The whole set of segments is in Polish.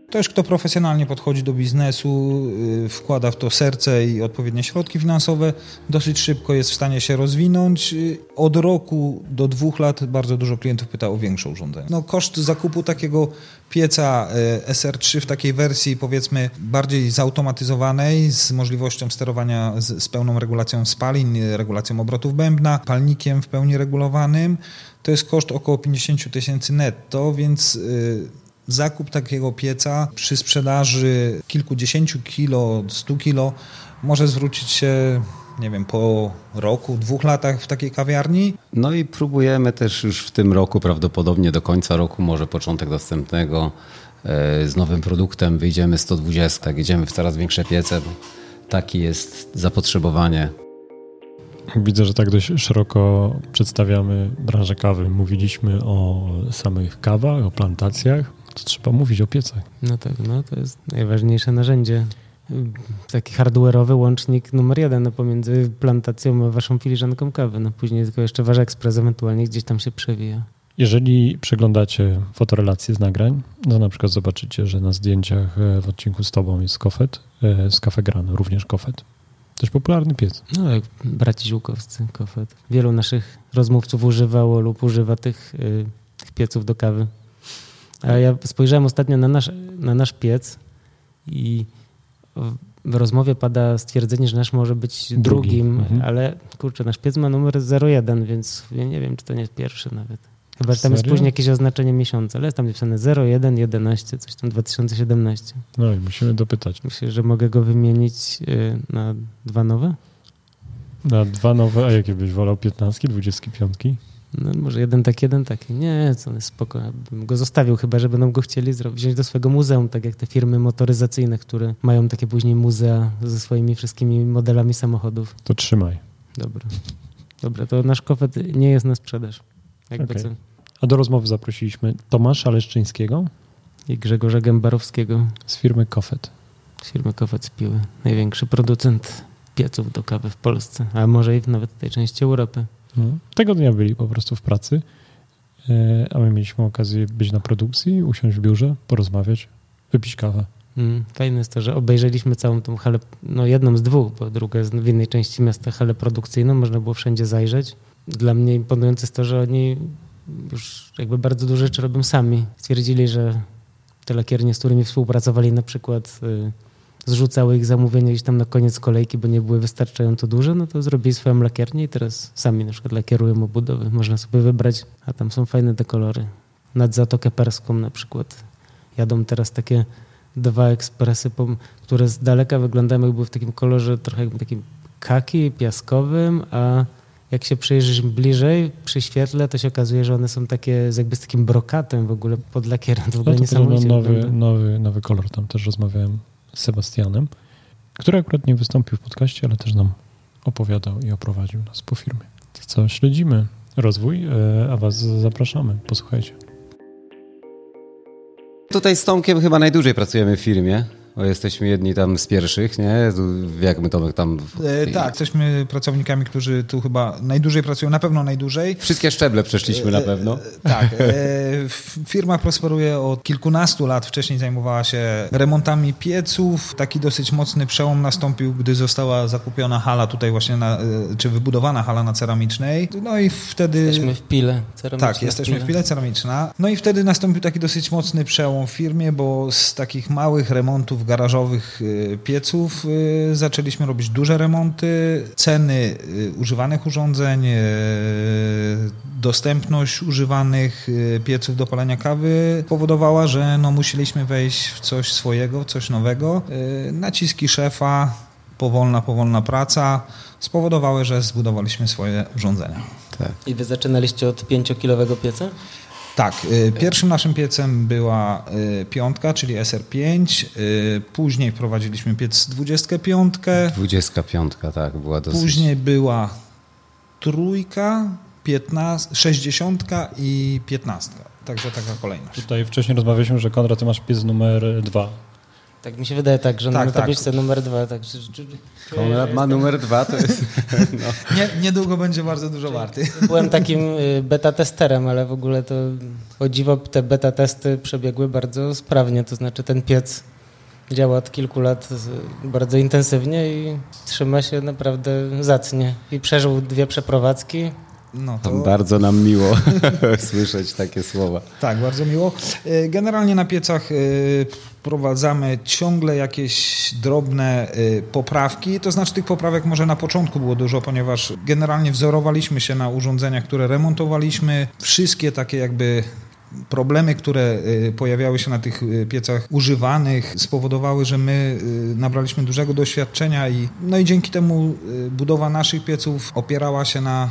Ktoś, kto profesjonalnie podchodzi do biznesu, wkłada w to serce i odpowiednie środki finansowe, dosyć szybko jest w stanie się rozwinąć. Od roku do 2 lat bardzo dużo klientów pyta o większe urządzenie. Koszt zakupu takiego pieca SR3 w takiej wersji, powiedzmy, bardziej zautomatyzowanej, z możliwością sterowania z pełną regulacją spalin, regulacją obrotów bębna, palnikiem w pełni regulowanym, to jest koszt około 50 000 netto, więc zakup takiego pieca przy sprzedaży kilkudziesięciu kilo, 100 kilo może zwrócić się, nie wiem, po roku, 2 latach w takiej kawiarni. No i próbujemy też już w tym roku, prawdopodobnie do końca roku, może początek następnego, z nowym produktem wyjdziemy 120, jedziemy w coraz większe piece, bo takie jest zapotrzebowanie. Widzę, że tak dość szeroko przedstawiamy branżę kawy. Mówiliśmy o samych kawach, o plantacjach. To trzeba mówić o piecach. No tak, to jest najważniejsze narzędzie. Taki hardware'owy łącznik numer 1 pomiędzy plantacją a waszą filiżanką kawy. Później tylko jeszcze wasz ekspres ewentualnie gdzieś tam się przewija. Jeżeli przeglądacie fotorelacje z nagrań, to na przykład zobaczycie, że na zdjęciach w odcinku z tobą jest kofet, z Cafe Grano, również kofet. Dość popularny piec. No jak braci Ziółkowscy, kofet. Wielu naszych rozmówców używało lub używa tych pieców do kawy. A ja spojrzałem ostatnio na nasz piec i w rozmowie pada stwierdzenie, że nasz może być drugim, ale kurczę, nasz piec ma numer 01, więc ja nie wiem, czy to nie jest pierwszy nawet. Chyba, że tam jest później jakieś oznaczenie miesiąca, ale jest tam napisane 01, 11, coś tam 2017. No i musimy dopytać. Myślę, że mogę go wymienić na 2 nowe? Na 2 nowe, a jakie byś wolał? 15, 25? No może jeden taki. Nie, co jest spoko. Bym go zostawił, chyba że będą go chcieli wziąć do swojego muzeum, tak jak te firmy motoryzacyjne, które mają takie później muzea ze swoimi wszystkimi modelami samochodów. To trzymaj. Dobra, to nasz kofet nie jest na sprzedaż. Okay. A do rozmowy zaprosiliśmy Tomasza Leszczyńskiego i Grzegorza Gębarowskiego z firmy Kofet. Z firmy Kofet z Piły. Największy producent pieców do kawy w Polsce, a może i nawet w tej części Europy. Tego dnia byli po prostu w pracy, a my mieliśmy okazję być na produkcji, usiąść w biurze, porozmawiać, wypić kawę. Fajne jest to, że obejrzeliśmy całą tą halę, jedną z 2, bo druga jest w innej części miasta, halę produkcyjną, można było wszędzie zajrzeć. Dla mnie imponujące jest to, że oni już jakby bardzo dużo rzeczy robią sami. Stwierdzili, że te lakiernie, z którymi współpracowali, na przykład zrzucały ich zamówienia gdzieś tam na koniec kolejki, bo nie były wystarczająco duże, to zrobili swoją lakiernię i teraz sami na przykład lakierują obudowy. Można sobie wybrać, a tam są fajne te kolory. Nad Zatokę Perską na przykład jadą teraz takie 2 ekspresy, które z daleka wyglądają jakby w takim kolorze trochę jakby takim kaki, piaskowym, a jak się przyjrzysz bliżej przy świetle, to się okazuje, że one są takie jakby z takim brokatem w ogóle pod lakierem. To w ogóle niesamowicie nowy kolor. Tam też rozmawiałem z Sebastianem, który akurat nie wystąpił w podcaście, ale też nam opowiadał i oprowadził nas po firmie. To co, śledzimy rozwój, a was zapraszamy. Posłuchajcie. Tutaj z Tomkiem chyba najdłużej pracujemy w firmie. Bo jesteśmy jedni tam z pierwszych, nie? Jak my Tomek tam... Tak, jesteśmy pracownikami, którzy tu chyba najdłużej pracują, na pewno najdłużej. Wszystkie szczeble przeszliśmy na pewno. Tak. Firma prosperuje od kilkunastu lat. Wcześniej zajmowała się remontami pieców. Taki dosyć mocny przełom nastąpił, gdy została zakupiona hala tutaj właśnie, czy wybudowana hala na Ceramicznej. No i wtedy... Jesteśmy w Pile. Tak, jesteśmy w Pile Ceramiczna. No i wtedy nastąpił taki dosyć mocny przełom w firmie, bo z takich małych remontów garażowych pieców zaczęliśmy robić duże remonty. Ceny używanych urządzeń, dostępność używanych pieców do palenia kawy powodowała, że musieliśmy wejść w coś swojego, coś nowego. Naciski szefa, powolna praca spowodowały, że zbudowaliśmy swoje urządzenia. Tak. I wy zaczynaliście od 5-kilowego pieca? Tak, pierwszym naszym piecem była 5, czyli SR5, później wprowadziliśmy piec 25. 25, tak, była dosyć. Później była 3, 15, 60 i 15. Także taka kolejność. Tutaj wcześniej rozmawialiśmy, że Konrad, ty masz piec numer 2. Tak mi się wydaje, że na tabliczce numer 2. Tak, Konrad ma numer 2, to jest... No. Niedługo będzie bardzo dużo warty. Byłem takim beta testerem, ale w ogóle to o dziwo te beta testy przebiegły bardzo sprawnie, to znaczy ten piec działa od kilku lat bardzo intensywnie i trzyma się naprawdę zacnie. I przeżył 2 przeprowadzki. No to... Bardzo nam miło słyszeć takie słowa. Tak, bardzo miło. Generalnie na piecach wprowadzamy ciągle jakieś drobne poprawki. To znaczy tych poprawek może na początku było dużo, ponieważ generalnie wzorowaliśmy się na urządzeniach, które remontowaliśmy. Wszystkie takie jakby problemy, które pojawiały się na tych piecach używanych, spowodowały, że my nabraliśmy dużego doświadczenia i dzięki temu budowa naszych pieców opierała się na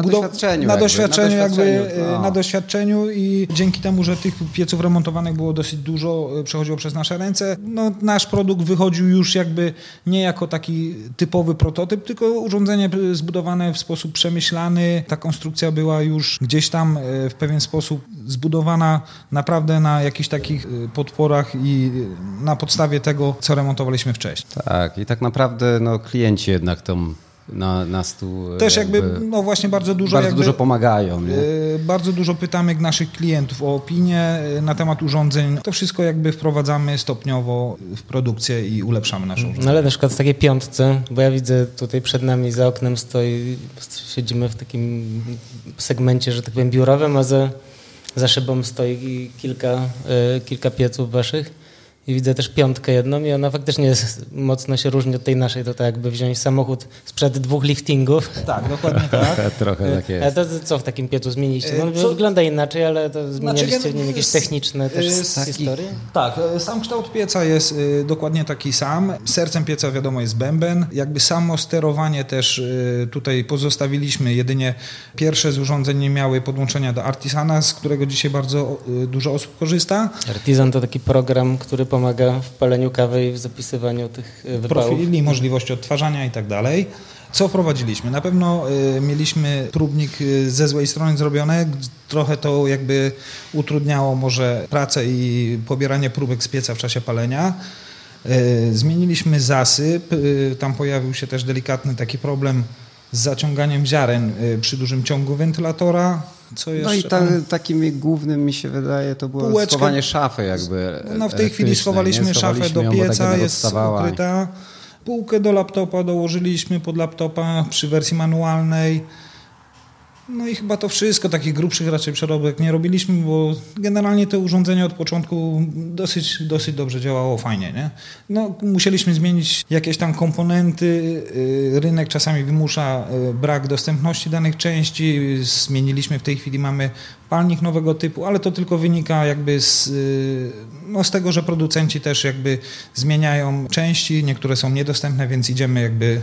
doświadczeniu i dzięki temu, że tych pieców remontowanych było dosyć dużo, przechodziło przez nasze ręce, nasz produkt wychodził już jakby nie jako taki typowy prototyp, tylko urządzenie zbudowane w sposób przemyślany. Ta konstrukcja była już gdzieś tam w pewien sposób zbudowana naprawdę na jakichś takich podporach i na podstawie tego, co remontowaliśmy wcześniej. Tak, i tak naprawdę klienci jednak nas tu też właśnie bardzo dużo pomagają. Nie? Bardzo dużo pytamy naszych klientów o opinię na temat urządzeń. To wszystko wprowadzamy stopniowo w produkcję i ulepszamy nasze urządzenia. No ale na przykład w takiej piątce, bo ja widzę tutaj przed nami za oknem siedzimy w takim segmencie, że tak powiem, biurowym, a za szybą stoi kilka pieców waszych. I widzę też piątkę jedną i ona faktycznie mocno się różni od tej naszej. To tak jakby wziąć samochód sprzed 2 liftingów. Tak, dokładnie tak. Trochę tak jest. A to co w takim piecu zmieniliście? Wygląda inaczej, ale to zmienialiście w nim jakieś techniczne też historie? Tak, sam kształt pieca jest dokładnie taki sam. Sercem pieca wiadomo jest bęben. Jakby samo sterowanie też tutaj pozostawiliśmy. Jedynie pierwsze z urządzeń nie miały podłączenia do Artisana, z którego dzisiaj bardzo dużo osób korzysta. Artisan to taki program, który pomaga w paleniu kawy i w zapisywaniu tych wypałów. Profili, możliwości odtwarzania i tak dalej. Co wprowadziliśmy? Na pewno mieliśmy próbnik ze złej strony zrobione. Trochę to jakby utrudniało może pracę i pobieranie próbek z pieca w czasie palenia. Zmieniliśmy zasyp. Tam pojawił się też delikatny taki problem z zaciąganiem ziaren przy dużym ciągu wentylatora. Co jeszcze? I takim głównym mi się wydaje to było schowanie szafy jakby. W tej chwili schowaliśmy szafę do pieca, jest ukryta. Półkę do laptopa dołożyliśmy pod laptopa przy wersji manualnej. I chyba to wszystko, takich grubszych raczej przeróbek nie robiliśmy, bo generalnie to urządzenie od początku dosyć dobrze działało, fajnie, nie? Musieliśmy zmienić jakieś tam komponenty, rynek czasami wymusza brak dostępności danych części, zmieniliśmy w tej chwili, mamy palnik nowego typu, ale to tylko wynika jakby z tego, że producenci też jakby zmieniają części, niektóre są niedostępne, więc idziemy jakby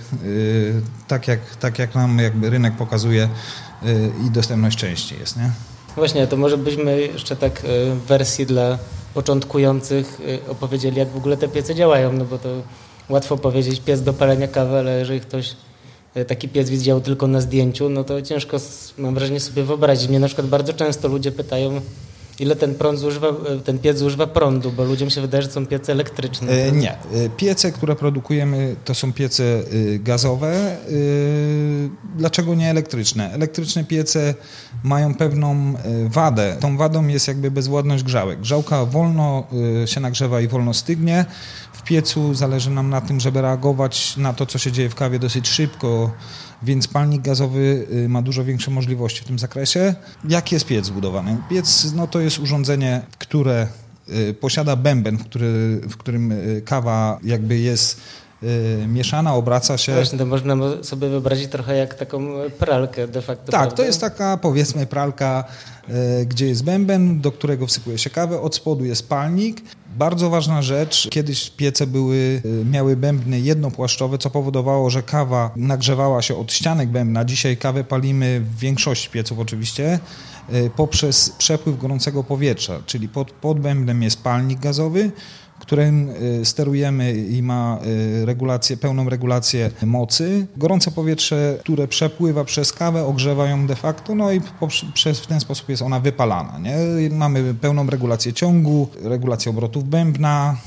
tak jak nam jakby rynek pokazuje i dostępność części jest, nie? Właśnie, to może byśmy jeszcze tak w wersji dla początkujących opowiedzieli, jak w ogóle te piece działają, bo to łatwo powiedzieć piec do palenia kawy, ale jeżeli ktoś taki piec widział tylko na zdjęciu, to ciężko, mam wrażenie, sobie wyobrazić. Mnie na przykład bardzo często ludzie pytają, ile ten piec zużywa prądu, bo ludziom się wydaje, że są piece elektryczne. Nie. Piece, które produkujemy, to są piece gazowe. Dlaczego nie elektryczne? Elektryczne piece mają pewną wadę. Tą wadą jest jakby bezwładność grzałek. Grzałka wolno się nagrzewa i wolno stygnie. W piecu zależy nam na tym, żeby reagować na to, co się dzieje w kawie dosyć szybko, więc palnik gazowy ma dużo większe możliwości w tym zakresie. Jak jest piec zbudowany? Piec to jest urządzenie, które posiada bęben, w którym kawa jakby jest mieszana, obraca się. Właśnie, to można sobie wyobrazić trochę jak taką pralkę de facto. Tak, prawda? To jest taka, powiedzmy, pralka, gdzie jest bęben, do którego wsypuje się kawę, od spodu jest palnik. Bardzo ważna rzecz, kiedyś piece miały bębny jednopłaszczowe, co powodowało, że kawa nagrzewała się od ścianek bębna. Dzisiaj kawę palimy w większości pieców oczywiście poprzez przepływ gorącego powietrza, czyli pod bębnem jest palnik gazowy, którym sterujemy i ma pełną regulację mocy. Gorące powietrze, które przepływa przez kawę, ogrzewa ją de facto, i w ten sposób jest ona wypalana. Nie? Mamy pełną regulację ciągu, regulację obrotów bębna.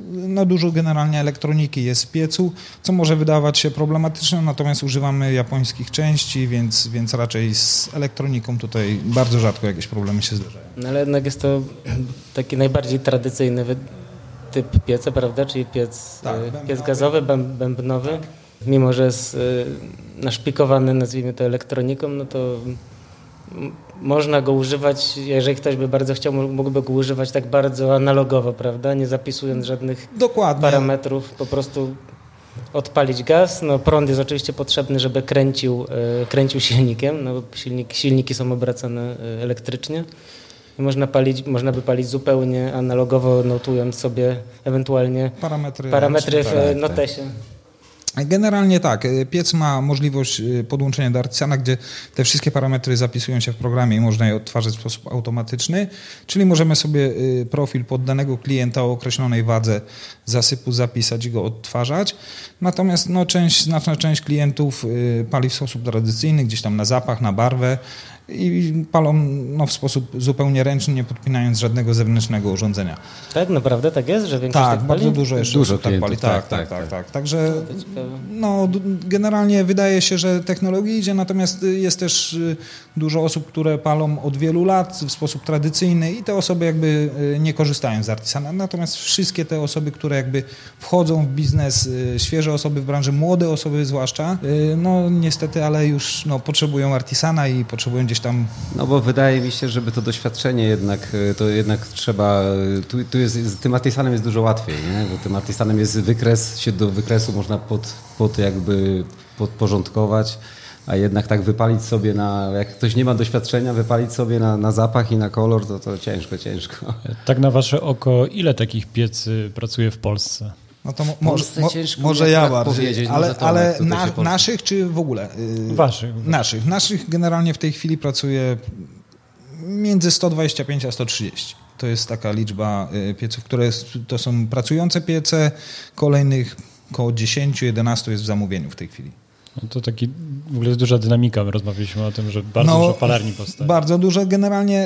No dużo generalnie elektroniki jest w piecu, co może wydawać się problematyczne, natomiast używamy japońskich części, więc raczej z elektroniką tutaj bardzo rzadko jakieś problemy się zdarzają. No ale jednak jest to taki najbardziej tradycyjny typ pieca, prawda? Czyli piec gazowy, bębnowy. Tak. Mimo że jest naszpikowany, nazwijmy to, elektroniką, no to można go używać, jeżeli ktoś by bardzo chciał, mógłby go używać tak bardzo analogowo, prawda? Nie zapisując żadnych parametrów, po prostu odpalić gaz. No, prąd jest oczywiście potrzebny, żeby kręcił silnikiem, no bo silniki są obracane elektrycznie. I można by palić zupełnie analogowo, notując sobie ewentualnie parametry w notesie. Generalnie tak, piec ma możliwość podłączenia do Artisana, gdzie te wszystkie parametry zapisują się w programie i można je odtwarzać w sposób automatyczny, czyli możemy sobie profil poddanego klienta o określonej wadze zasypu zapisać i go odtwarzać. Natomiast znaczna część klientów pali w sposób tradycyjny, gdzieś tam na zapach, na barwę i palą w sposób zupełnie ręczny, nie podpinając żadnego zewnętrznego urządzenia. Tak, naprawdę tak jest, że większość tak pali? Bardzo dużo jeszcze tak pali. Tak. Także generalnie wydaje się, że technologia idzie, natomiast jest też dużo osób, które palą od wielu lat w sposób tradycyjny i te osoby jakby nie korzystają z Artisana. Natomiast wszystkie te osoby, które jakby wchodzą w biznes, świeże osoby w branży, młode osoby zwłaszcza, niestety, ale już potrzebują Artisana i potrzebują gdzieś tam... No bo wydaje mi się, żeby to doświadczenie jednak trzeba... Tu jest, z tym Artisanem jest dużo łatwiej, nie? Bo tym Artisanem jest wykres, się do wykresu można podporządkować, a jednak tak wypalić sobie jak ktoś nie ma doświadczenia, wypalić sobie na zapach i na kolor, to ciężko. Tak na wasze oko, ile takich piecy pracuje w Polsce? No to może ja bardziej, ale naszych czy w ogóle? Waszych. Naszych generalnie w tej chwili pracuje między 125 a 130. To jest taka liczba pieców, to są pracujące piece, kolejnych około 10-11 jest w zamówieniu w tej chwili. No to taki w ogóle jest duża dynamika. My rozmawialiśmy o tym, że bardzo dużo palarni powstaje. Bardzo dużo. Generalnie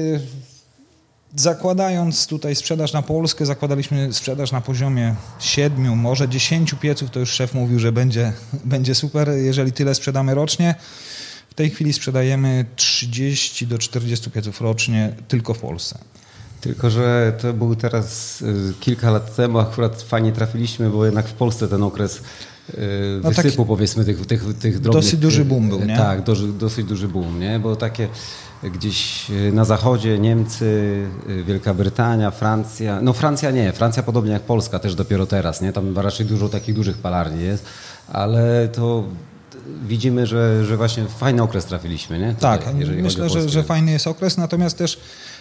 zakładając tutaj sprzedaż na Polskę, zakładaliśmy sprzedaż na poziomie 7, może 10 pieców, to już szef mówił, że będzie super, jeżeli tyle sprzedamy rocznie. W tej chwili sprzedajemy 30 do 40 pieców rocznie tylko w Polsce. Tylko że to był teraz kilka lat temu, akurat fajnie trafiliśmy, bo jednak w Polsce ten okres wysypu powiedzmy tych drobnych... Dosyć duży boom był, nie? Tak, dosyć duży boom, nie? Bo takie gdzieś na zachodzie Niemcy, Wielka Brytania, Francja... No Francja nie, Francja podobnie jak Polska też dopiero teraz, nie? Tam raczej dużo takich dużych palarni jest, ale to... Widzimy, że właśnie fajny okres trafiliśmy, nie? Tutaj, tak, myślę, że fajny jest okres, natomiast też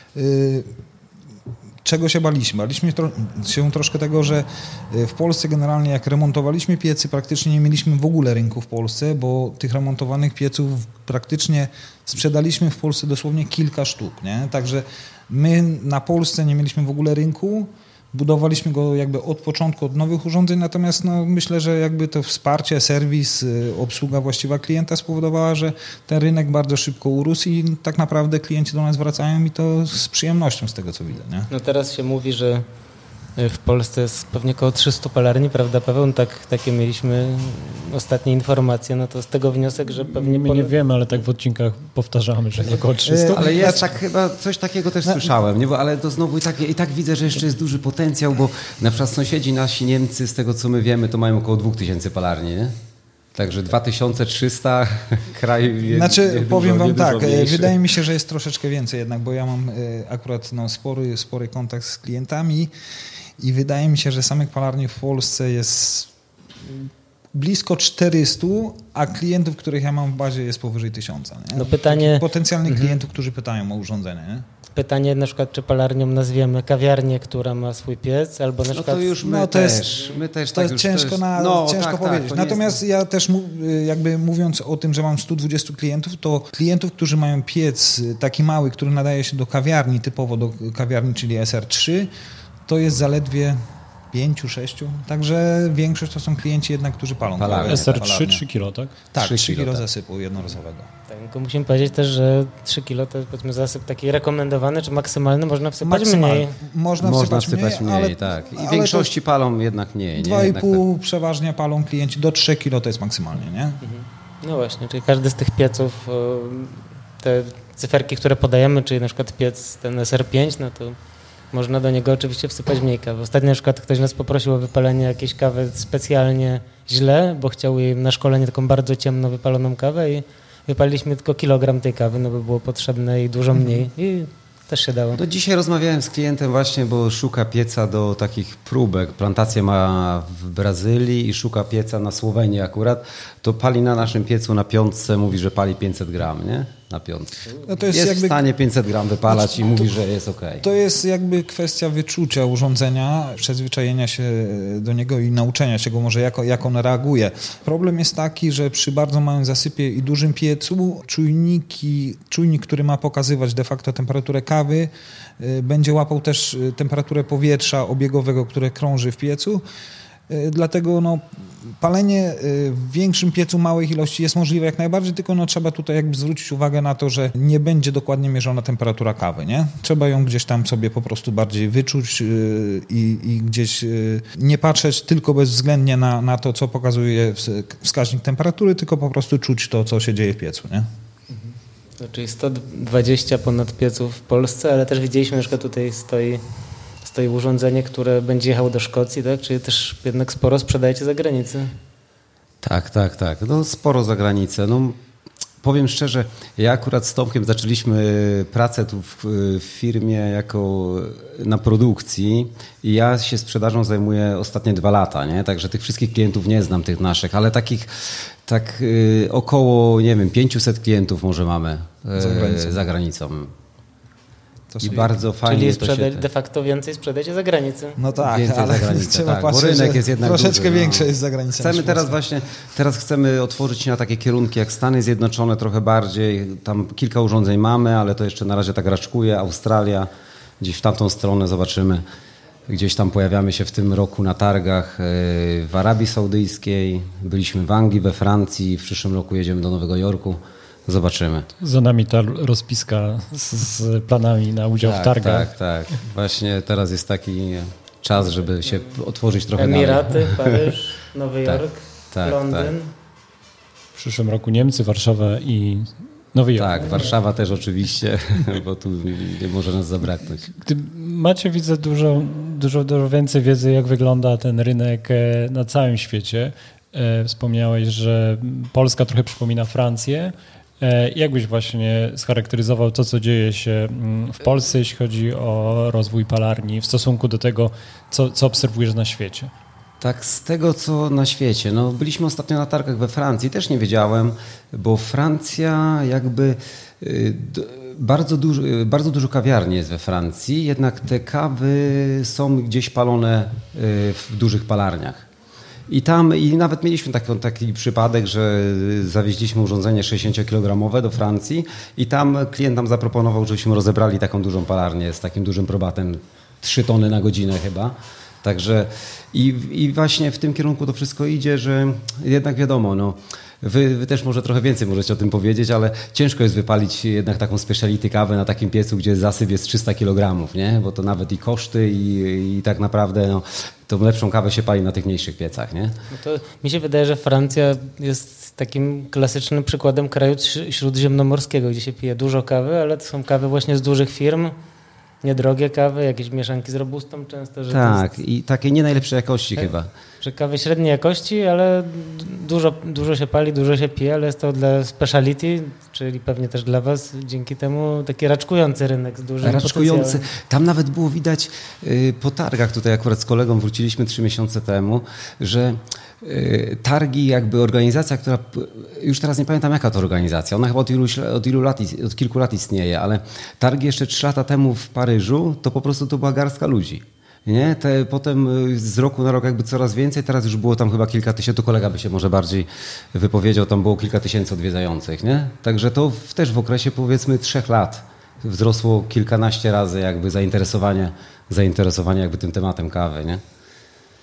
czego się baliśmy? Baliśmy się troszkę tego, że w Polsce generalnie jak remontowaliśmy piecy, praktycznie nie mieliśmy w ogóle rynku w Polsce, bo tych remontowanych pieców praktycznie sprzedaliśmy w Polsce dosłownie kilka sztuk, nie? Także my na Polsce nie mieliśmy w ogóle rynku, budowaliśmy go jakby od początku, od nowych urządzeń, natomiast myślę, że jakby to wsparcie, serwis, obsługa właściwa klienta spowodowała, że ten rynek bardzo szybko urósł i tak naprawdę klienci do nas wracają i to z przyjemnością z tego, co widzę. Nie? No teraz się mówi, że w Polsce jest pewnie około 300 palarni, prawda Paweł? Takie mieliśmy ostatnie informacje, no to z tego wniosek, że pewnie... My nie wiemy, ale tak w odcinkach powtarzamy, że około 300. Ale ja chyba coś takiego też słyszałem, nie? Ale to znowu i tak widzę, że jeszcze jest duży potencjał, bo na przykład sąsiedzi nasi Niemcy, z tego co my wiemy, to mają około 2000 palarni, nie? Także 2300 kraj... powiem wam tak, wydaje mi się, że jest troszeczkę więcej jednak, bo ja mam akurat spory kontakt z klientami i wydaje mi się, że samych palarni w Polsce jest blisko 400, a klientów, których ja mam w bazie jest powyżej 1000. Nie? No pytanie... Potencjalnych klientów, którzy pytają o urządzenie. Nie? Pytanie na przykład, czy palarnią nazwiemy kawiarnię, która ma swój piec, albo na przykład... To już my też to jest ciężko powiedzieć. Tak, natomiast ja też jakby mówiąc o tym, że mam 120 klientów, to klientów, którzy mają piec taki mały, który nadaje się do kawiarni, typowo do kawiarni, czyli SR3, to jest zaledwie 5-6. Także większość to są klienci jednak, którzy palą kawę. SR3 3 kilo, tak? Tak, 3 kilo tak. zasypu jednorazowego. Tak, tylko musimy powiedzieć też, że 3 kilo to jest powiedzmy zasyp taki rekomendowany, czy maksymalny, można wsypać mniej. Można wsypać mniej, ale, tak. I w większości palą jednak mniej. 2,5 przeważnie palą klienci, do 3 kilo to jest maksymalnie, nie? No właśnie, czyli każdy z tych pieców, te cyferki, które podajemy, czyli na przykład piec ten SR5, no to można do niego oczywiście wsypać mniej kawy. Ostatnio na przykład ktoś nas poprosił o wypalenie jakiejś kawy specjalnie źle, bo chciał jej na szkolenie taką bardzo ciemno wypaloną kawę i wypaliliśmy tylko kilogram tej kawy, no bo było potrzebne i dużo mniej i też się dało. No dzisiaj rozmawiałem z klientem właśnie, bo szuka pieca do takich próbek. Plantację ma w Brazylii i szuka pieca na Słowenii akurat. To pali na naszym piecu na piątce, mówi, że pali 500 gram, nie? Na piątce. No to jest jakby w stanie 500 gram wypalać i mówi, że jest okej. To jest jakby kwestia wyczucia urządzenia, przyzwyczajenia się do niego i nauczenia się go może jak on reaguje. Problem jest taki, że przy bardzo małym zasypie i dużym piecu czujnik, który ma pokazywać de facto temperaturę kawy, będzie łapał też temperaturę powietrza obiegowego, które krąży w piecu. Dlatego palenie w większym piecu małych ilości jest możliwe jak najbardziej, tylko trzeba tutaj jakby zwrócić uwagę na to, że nie będzie dokładnie mierzona temperatura kawy, nie? Trzeba ją gdzieś tam sobie po prostu bardziej wyczuć i gdzieś nie patrzeć tylko bezwzględnie na to, co pokazuje wskaźnik temperatury, tylko po prostu czuć to, co się dzieje w piecu, nie? No, czyli 120 ponad pieców w Polsce, ale też widzieliśmy, że tutaj stoi urządzenie, które będzie jechało do Szkocji, tak? Czyli też jednak sporo sprzedajecie za granicę. Tak. No sporo za granicę. No, powiem szczerze, ja akurat z Tomkiem zaczęliśmy pracę tu w firmie na produkcji i ja się sprzedażą zajmuję ostatnie 2 lata, nie? Także tych wszystkich klientów nie znam, tych naszych, ale około, 500 klientów może mamy za granicą. I bardzo fajnie czyli de facto więcej sprzedajecie za granicę. No tak, więcej ale za granicę, trzeba tak, patrzeć, bo rynek jest jednak troszeczkę duży, większy jest za granicą. Chcemy teraz chcemy otworzyć się na takie kierunki jak Stany Zjednoczone trochę bardziej. Tam kilka urządzeń mamy, ale to jeszcze na razie tak raczkuje. Australia, gdzieś w tamtą stronę zobaczymy. Gdzieś tam pojawiamy się w tym roku na targach w Arabii Saudyjskiej. Byliśmy w Anglii, we Francji. W przyszłym roku jedziemy do Nowego Jorku. Zobaczymy. Za nami ta rozpiska z planami na udział w targach. Tak. Właśnie teraz jest taki czas, żeby się otworzyć trochę Emiraty, dalej. Paryż, Nowy Jork, Londyn. W przyszłym roku Niemcy, Warszawa i Nowy Jork. Tak, Warszawa też oczywiście, bo tu nie może nas zabraknąć. Macie, widzę, dużo więcej wiedzy, jak wygląda ten rynek na całym świecie. Wspomniałeś, że Polska trochę przypomina Francję. Jak byś właśnie scharakteryzował to, co dzieje się w Polsce, jeśli chodzi o rozwój palarni w stosunku do tego, co obserwujesz na świecie? Tak, z tego, co na świecie. No, byliśmy ostatnio na targach we Francji, też nie wiedziałem, bo Francja jakby... Bardzo dużo kawiarni jest we Francji, jednak te kawy są gdzieś palone w dużych palarniach. I nawet mieliśmy taki przypadek, że zawieźliśmy urządzenie 60-kilogramowe do Francji i tam klient nam zaproponował, żebyśmy rozebrali taką dużą palarnię z takim dużym probatem, 3 tony na godzinę chyba. Także i właśnie w tym kierunku to wszystko idzie, że jednak wiadomo, wy też może trochę więcej możecie o tym powiedzieć, ale ciężko jest wypalić jednak taką speciality kawę na takim piecu, gdzie zasyp jest 300 kg, nie? Bo to nawet i koszty i tak naprawdę tą lepszą kawę się pali na tych mniejszych piecach, nie? No to mi się wydaje, że Francja jest takim klasycznym przykładem kraju śródziemnomorskiego, gdzie się pije dużo kawy, ale to są kawy właśnie z dużych firm, niedrogie kawy, jakieś mieszanki z robustą często. Że tak, i takiej nie najlepszej jakości chyba. Że kawy średniej jakości, ale dużo się pali, dużo się pije, ale jest to dla speciality, czyli pewnie też dla was, dzięki temu taki raczkujący rynek z dużym potencjałem. Tam nawet było widać po targach, tutaj akurat z kolegą wróciliśmy 3 miesiące temu, że targi, jakby organizacja, która, już teraz nie pamiętam jaka to organizacja, ona chyba od kilku lat istnieje, ale targi jeszcze 3 lata temu w Paryżu, to po prostu to była garstka ludzi. Nie? Potem z roku na rok jakby coraz więcej, teraz już było tam chyba kilka tysięcy, tu kolega by się może bardziej wypowiedział, tam było kilka tysięcy odwiedzających. Nie? Także to też w okresie powiedzmy 3 lat wzrosło kilkanaście razy jakby zainteresowanie jakby tym tematem kawy. Nie?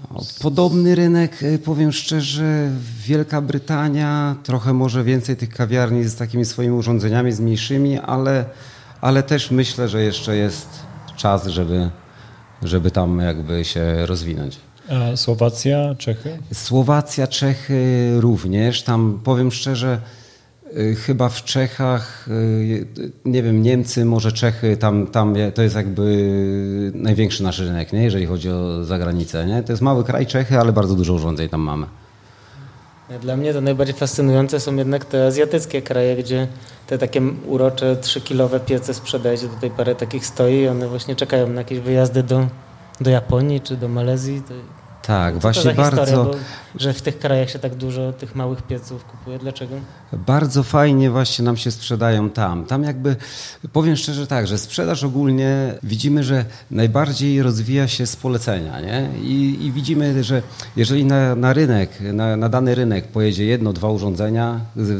Podobny rynek, powiem szczerze, Wielka Brytania, trochę może więcej tych kawiarni z takimi swoimi urządzeniami, z mniejszymi, ale też myślę, że jeszcze jest czas, żeby tam jakby się rozwinąć. A Słowacja, Czechy? Słowacja, Czechy również. Tam powiem szczerze, chyba w Czechach, nie wiem, Niemcy, może Czechy, tam to jest jakby największy nasz rynek, nie? Jeżeli chodzi o zagranicę. Nie? To jest mały kraj Czechy, ale bardzo dużo urządzeń tam mamy. Dla mnie to najbardziej fascynujące są jednak te azjatyckie kraje, gdzie te takie urocze 3-kilowe piece sprzedajecie, tutaj parę takich stoi i one właśnie czekają na jakieś wyjazdy do Japonii czy do Malezji. Tak, co właśnie to za bardzo. Historia, że w tych krajach się tak dużo tych małych pieców kupuje. Dlaczego? Bardzo fajnie właśnie nam się sprzedają tam. Tam jakby, powiem szczerze tak, że sprzedaż ogólnie widzimy, że najbardziej rozwija się z polecenia, nie? I widzimy, że jeżeli na rynek, na dany rynek pojedzie 1-2 urządzenia,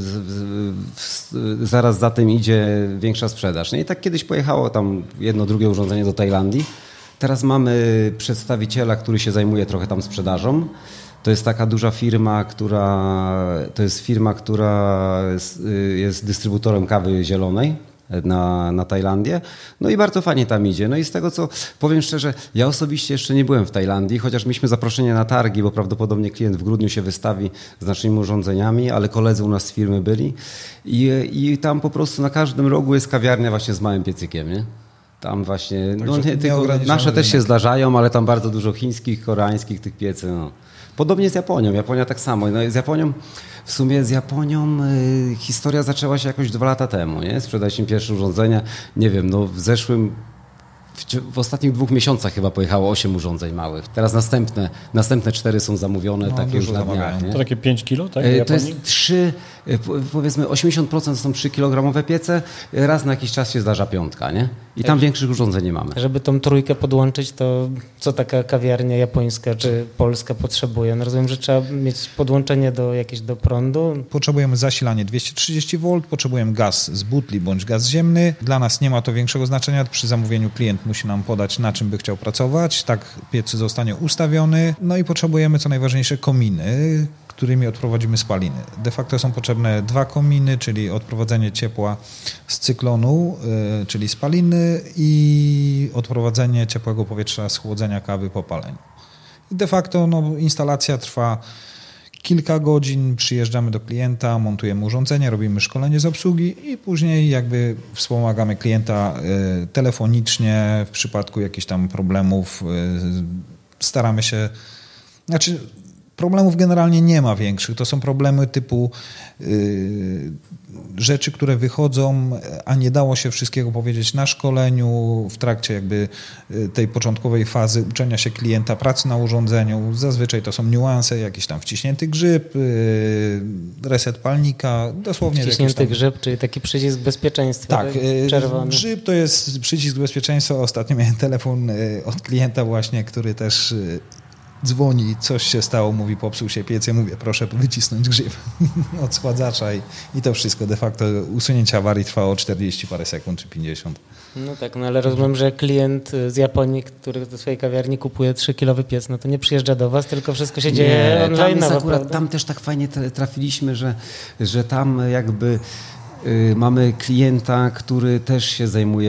zaraz za tym idzie większa sprzedaż. Nie? I tak kiedyś pojechało tam 1-2 urządzenie do Tajlandii. Teraz mamy przedstawiciela, który się zajmuje trochę tam sprzedażą. To jest taka duża firma, która jest dystrybutorem kawy zielonej na Tajlandię. No i bardzo fajnie tam idzie. No i z tego, co powiem szczerze, ja osobiście jeszcze nie byłem w Tajlandii, chociaż mieliśmy zaproszenie na targi, bo prawdopodobnie klient w grudniu się wystawi z naszymi urządzeniami, ale koledzy u nas z firmy byli i tam po prostu na każdym rogu jest kawiarnia właśnie z małym piecykiem, nie? Tam właśnie, no nie, tylko nasze też się zdarzają, ale tam bardzo dużo chińskich, koreańskich tych piecy. No. Podobnie z Japonią. Japonia tak samo. No, z Japonią historia zaczęła się jakoś 2 lata temu. Nie? Sprzedaliśmy pierwsze urządzenia. Nie wiem, no w ostatnich 2 miesiącach chyba pojechało 8 urządzeń małych. Teraz następne 4 są zamówione, takie już na dniach. Nie? To takie 5 kilo, tak? To jest 3, powiedzmy 80% to są 3-kilogramowe piece, raz na jakiś czas się zdarza 5, nie? I tam większych urządzeń nie mamy. Żeby tą trójkę podłączyć, to co taka kawiarnia japońska czy polska potrzebuje? No rozumiem, że trzeba mieć podłączenie do prądu. Potrzebujemy zasilanie 230 V, potrzebujemy gaz z butli bądź gaz ziemny. Dla nas nie ma to większego znaczenia. Przy zamówieniu klient musi nam podać, na czym by chciał pracować. Tak piec zostanie ustawiony. No i potrzebujemy, co najważniejsze, kominy, którymi odprowadzimy spaliny. De facto są potrzebne 2 kominy, czyli odprowadzenie ciepła z cyklonu, czyli spaliny i odprowadzenie ciepłego powietrza z chłodzenia kawy po paleniu. I de facto instalacja trwa kilka godzin, przyjeżdżamy do klienta, montujemy urządzenie, robimy szkolenie z obsługi i później jakby wspomagamy klienta telefonicznie w przypadku jakichś tam problemów. Staramy się, problemów generalnie nie ma większych. To są problemy typu rzeczy, które wychodzą, a nie dało się wszystkiego powiedzieć na szkoleniu w trakcie jakby tej początkowej fazy uczenia się klienta pracy na urządzeniu. Zazwyczaj to są niuanse, jakiś tam wciśnięty grzyb, reset palnika, dosłownie. Wciśnięty grzyb, czyli taki przycisk bezpieczeństwa. Tak, czerwony. Grzyb to jest przycisk bezpieczeństwa. Ostatnio miałem telefon od klienta właśnie, który też dzwoni, coś się stało, mówi, popsuł się piec, ja mówię, proszę wycisnąć grzyb od schładzacza i to wszystko. De facto usunięcie awarii trwało 40 parę sekund czy 50. No tak, ale rozumiem, że klient z Japonii, który do swojej kawiarni kupuje 3-kilowy piec, no to nie przyjeżdża do was, tylko wszystko się dzieje online. Tam też tak fajnie trafiliśmy, że tam jakby mamy klienta, który też się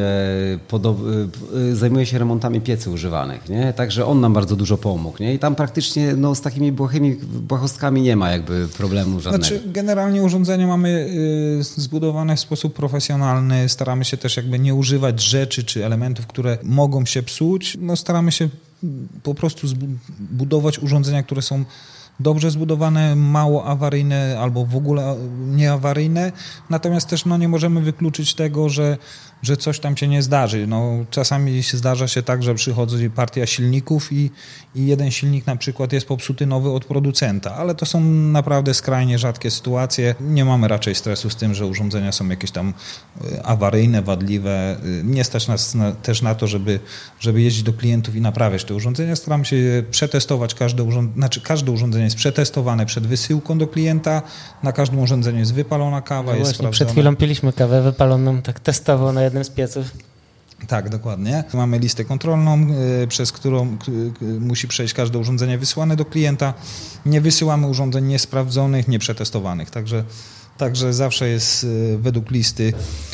zajmuje się remontami piecy używanych, nie? Także on nam bardzo dużo pomógł, nie? I tam praktycznie z takimi błahostkami nie ma jakby problemu żadnego. Generalnie urządzenia mamy zbudowane w sposób profesjonalny, staramy się też jakby nie używać rzeczy czy elementów, które mogą się psuć. Staramy się po prostu budować urządzenia, które są dobrze zbudowane, mało awaryjne albo w ogóle nieawaryjne, natomiast też nie możemy wykluczyć tego, że coś tam się nie zdarzy. Czasami zdarza się tak, że przychodzi partia silników i jeden silnik na przykład jest popsuty nowy od producenta, ale to są naprawdę skrajnie rzadkie sytuacje. Nie mamy raczej stresu z tym, że urządzenia są jakieś tam awaryjne, wadliwe. Nie stać nas też na to, żeby jeździć do klientów i naprawiać te urządzenia. Staramy się przetestować każde urządzenie jest przetestowane przed wysyłką do klienta. Na każdym urządzeniu jest wypalona kawa, jest sprawdzona. Przed chwilą piliśmy kawę wypaloną tak testowo na jednym z pieców. Tak, dokładnie. Mamy listę kontrolną, przez którą musi przejść każde urządzenie wysłane do klienta. Nie wysyłamy urządzeń niesprawdzonych, nieprzetestowanych. Także zawsze jest według listy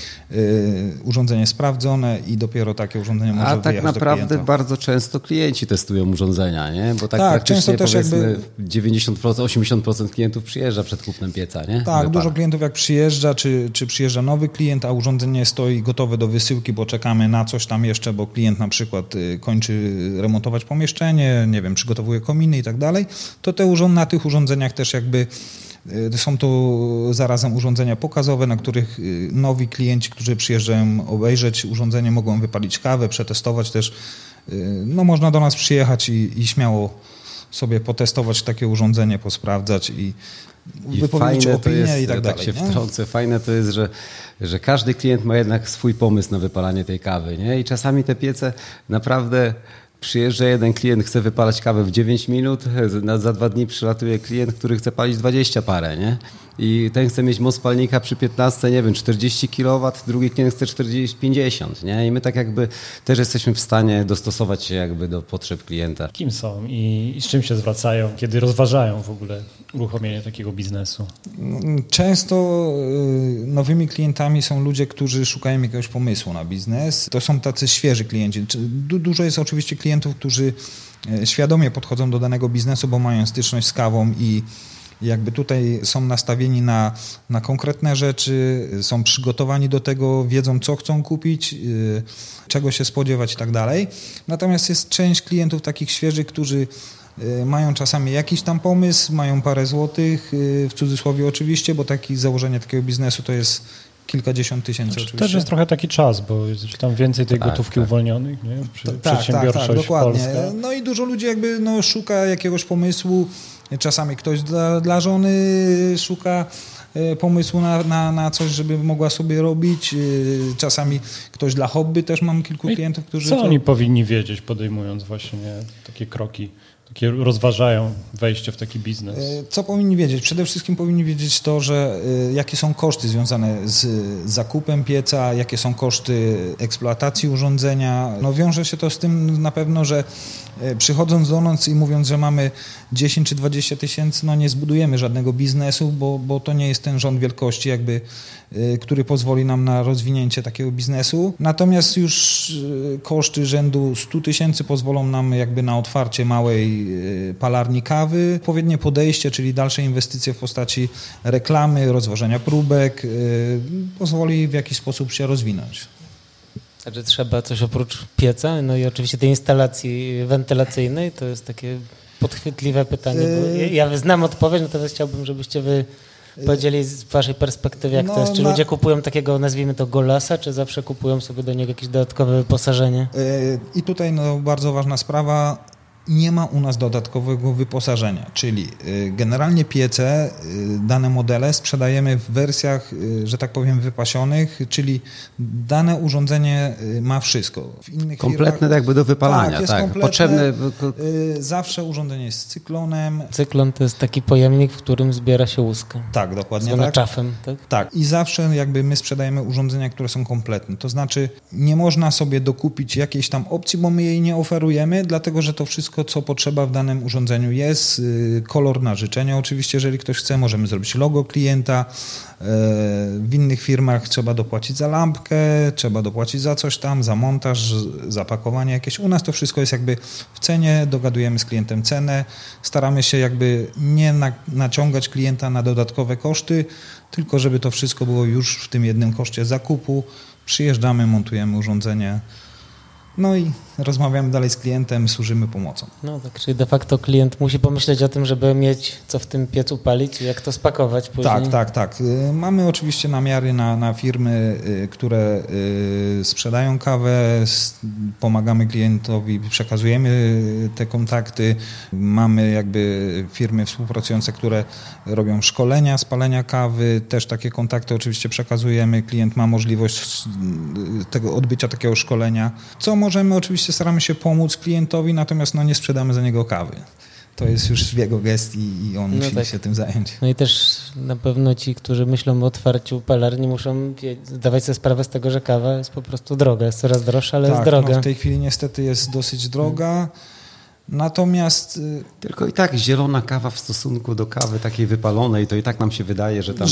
urządzenie sprawdzone i dopiero takie urządzenie może wyjechać do klienta. A tak naprawdę bardzo często klienci testują urządzenia, nie? Bo tak praktycznie często też powiedzmy 90%, 80% klientów przyjeżdża przed kupnem pieca, nie? Tak, dużo klientów jak przyjeżdża, czy przyjeżdża nowy klient, a urządzenie stoi gotowe do wysyłki, bo czekamy na coś tam jeszcze, bo klient na przykład kończy remontować pomieszczenie, nie wiem, przygotowuje kominy i tak dalej, to na tych urządzeniach też jakby są to zarazem urządzenia pokazowe, na których nowi klienci, którzy przyjeżdżają obejrzeć urządzenie, mogą wypalić kawę, przetestować też. Można do nas przyjechać i śmiało sobie potestować takie urządzenie, posprawdzać i wypowiedzieć opinię i tak dalej. Tak się wtrącę. Fajne to jest, że każdy klient ma jednak swój pomysł na wypalanie tej kawy, nie? I czasami te piece naprawdę... Przyjeżdża jeden klient, chce wypalać kawę w 9 minut, za 2 dni przylatuje klient, który chce palić 20 parę, nie? I ten chce mieć moc palnika przy 15, nie wiem, 40 kW, drugi klient chce 50, nie? I my tak jakby też jesteśmy w stanie dostosować się jakby do potrzeb klienta. Kim są i z czym się zwracają, kiedy rozważają w ogóle uruchomienie takiego biznesu? Często nowymi klientami są ludzie, którzy szukają jakiegoś pomysłu na biznes. To są tacy świeży klienci. Dużo jest oczywiście klientów, którzy świadomie podchodzą do danego biznesu, bo mają styczność z kawą i jakby tutaj są nastawieni na konkretne rzeczy, są przygotowani do tego, wiedzą co chcą kupić, czego się spodziewać i tak dalej. Natomiast jest część klientów takich świeżych, którzy mają czasami jakiś tam pomysł, mają parę złotych, w cudzysłowie oczywiście, bo założenie takiego biznesu to jest kilkadziesiąt tysięcy oczywiście. Też jest trochę taki czas, bo jest tam więcej tej gotówki uwolnionych, nie? Przedsiębiorczość dokładnie. Polska. No i dużo ludzi jakby szuka jakiegoś pomysłu. Czasami ktoś dla żony szuka pomysłu na coś, żeby mogła sobie robić. Czasami ktoś dla hobby, też mam kilku klientów, którzy... Co oni powinni wiedzieć, podejmując właśnie takie kroki? Rozważają wejście w taki biznes? Co powinni wiedzieć? Przede wszystkim powinni wiedzieć to, że jakie są koszty związane z zakupem pieca, jakie są koszty eksploatacji urządzenia. Wiąże się to z tym na pewno, że przychodząc do nas i mówiąc, że mamy 10 czy 20 tysięcy, nie zbudujemy żadnego biznesu, bo to nie jest ten rząd wielkości jakby, który pozwoli nam na rozwinięcie takiego biznesu. Natomiast już koszty rzędu 100 tysięcy pozwolą nam jakby na otwarcie małej palarni kawy. Odpowiednie podejście, czyli dalsze inwestycje w postaci reklamy, rozwożenia próbek, pozwoli w jakiś sposób się rozwinąć. Także trzeba coś oprócz pieca, no i oczywiście tej instalacji wentylacyjnej, to jest takie podchwytliwe pytanie, bo ja znam odpowiedź, natomiast chciałbym, żebyście wy powiedzieli z waszej perspektywy, jak to jest. Czy ludzie kupują takiego, nazwijmy to, golasa, czy zawsze kupują sobie do niego jakieś dodatkowe wyposażenie? I tutaj bardzo ważna sprawa. Nie ma u nas dodatkowego wyposażenia, czyli generalnie piece, dane modele sprzedajemy w wersjach, że tak powiem, wypasionych, czyli dane urządzenie ma wszystko. W innych kompletne firmach, jakby do wypalania. Jest kompletne. Potrzebne. Zawsze urządzenie jest z cyklonem. Cyklon to jest taki pojemnik, w którym zbiera się łuska. Tak, dokładnie zwane tak. Czafem, tak? Tak. I zawsze jakby my sprzedajemy urządzenia, które są kompletne. To znaczy nie można sobie dokupić jakiejś tam opcji, bo my jej nie oferujemy, dlatego że to wszystko, co potrzeba w danym urządzeniu jest. Kolor na życzenie oczywiście, jeżeli ktoś chce, możemy zrobić logo klienta. W innych firmach trzeba dopłacić za lampkę, trzeba dopłacić za coś tam, za montaż, zapakowanie jakieś. U nas to wszystko jest jakby w cenie, dogadujemy z klientem cenę, staramy się jakby nie naciągać klienta na dodatkowe koszty, tylko żeby to wszystko było już w tym jednym koszcie zakupu. Przyjeżdżamy, montujemy urządzenie, no i rozmawiamy dalej z klientem, służymy pomocą. No tak, czyli de facto klient musi pomyśleć o tym, żeby mieć co w tym piecu palić i jak to spakować później. Tak. Mamy oczywiście namiary na firmy, które sprzedają kawę, pomagamy klientowi, przekazujemy te kontakty. Mamy jakby firmy współpracujące, które robią szkolenia z palenia kawy, też takie kontakty oczywiście przekazujemy. Klient ma możliwość odbycia takiego szkolenia. Co możemy, oczywiście staramy się pomóc klientowi, natomiast nie sprzedamy za niego kawy. to jest już w jego gestii i on musi się tym zająć. No i też na pewno ci, którzy myślą o otwarciu palarni, muszą zdawać sobie sprawę z tego, że kawa jest po prostu droga, jest coraz droższa, ale jest droga. No w tej chwili niestety jest dosyć droga. Natomiast... Tylko i tak zielona kawa w stosunku do kawy takiej wypalonej, to i tak nam się wydaje, że tam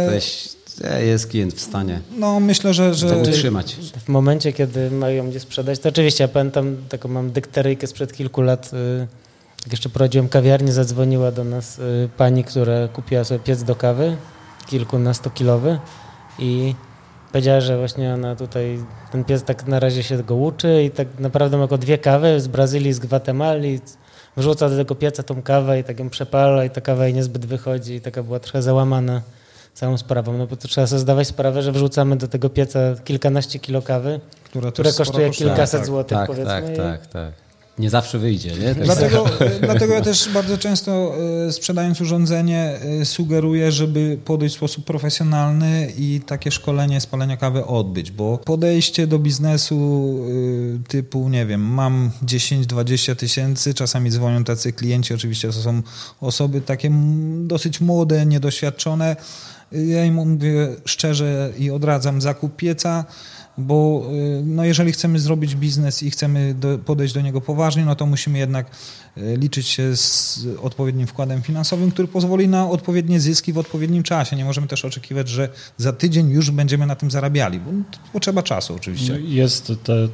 jest klient w stanie myślę, że utrzymać. W momencie, kiedy mają gdzie sprzedać, to oczywiście ja pamiętam, taką mam dykteryjkę sprzed kilku lat, jak jeszcze prowadziłem kawiarnię, zadzwoniła do nas pani, która kupiła sobie piec do kawy, kilkunastokilowy i powiedziała, że właśnie ona tutaj, ten pies tak na razie się go uczy i tak naprawdę ma tylko 2 kawy z Brazylii, z Gwatemali, wrzuca do tego pieca tą kawę i tak ją przepala i ta kawa jej niezbyt wychodzi i taka była trochę załamana całą sprawą, no bo to trzeba sobie zdawać sprawę, że wrzucamy do tego pieca kilkanaście kilo kawy, które kosztuje kilkaset złotych, powiedzmy. Tak. Nie zawsze wyjdzie, nie? Dlatego ja też bardzo często sprzedając urządzenie sugeruję, żeby podejść w sposób profesjonalny i takie szkolenie z palenia kawy odbyć, bo podejście do biznesu typu, nie wiem, mam 10-20 tysięcy, czasami dzwonią tacy klienci, oczywiście to są osoby takie dosyć młode, niedoświadczone. Ja im mówię szczerze i odradzam zakup pieca, bo jeżeli chcemy zrobić biznes i chcemy podejść do niego poważnie, no to musimy jednak liczyć się z odpowiednim wkładem finansowym, który pozwoli na odpowiednie zyski w odpowiednim czasie. Nie możemy też oczekiwać, że za tydzień już będziemy na tym zarabiali, bo potrzeba czasu oczywiście. Jest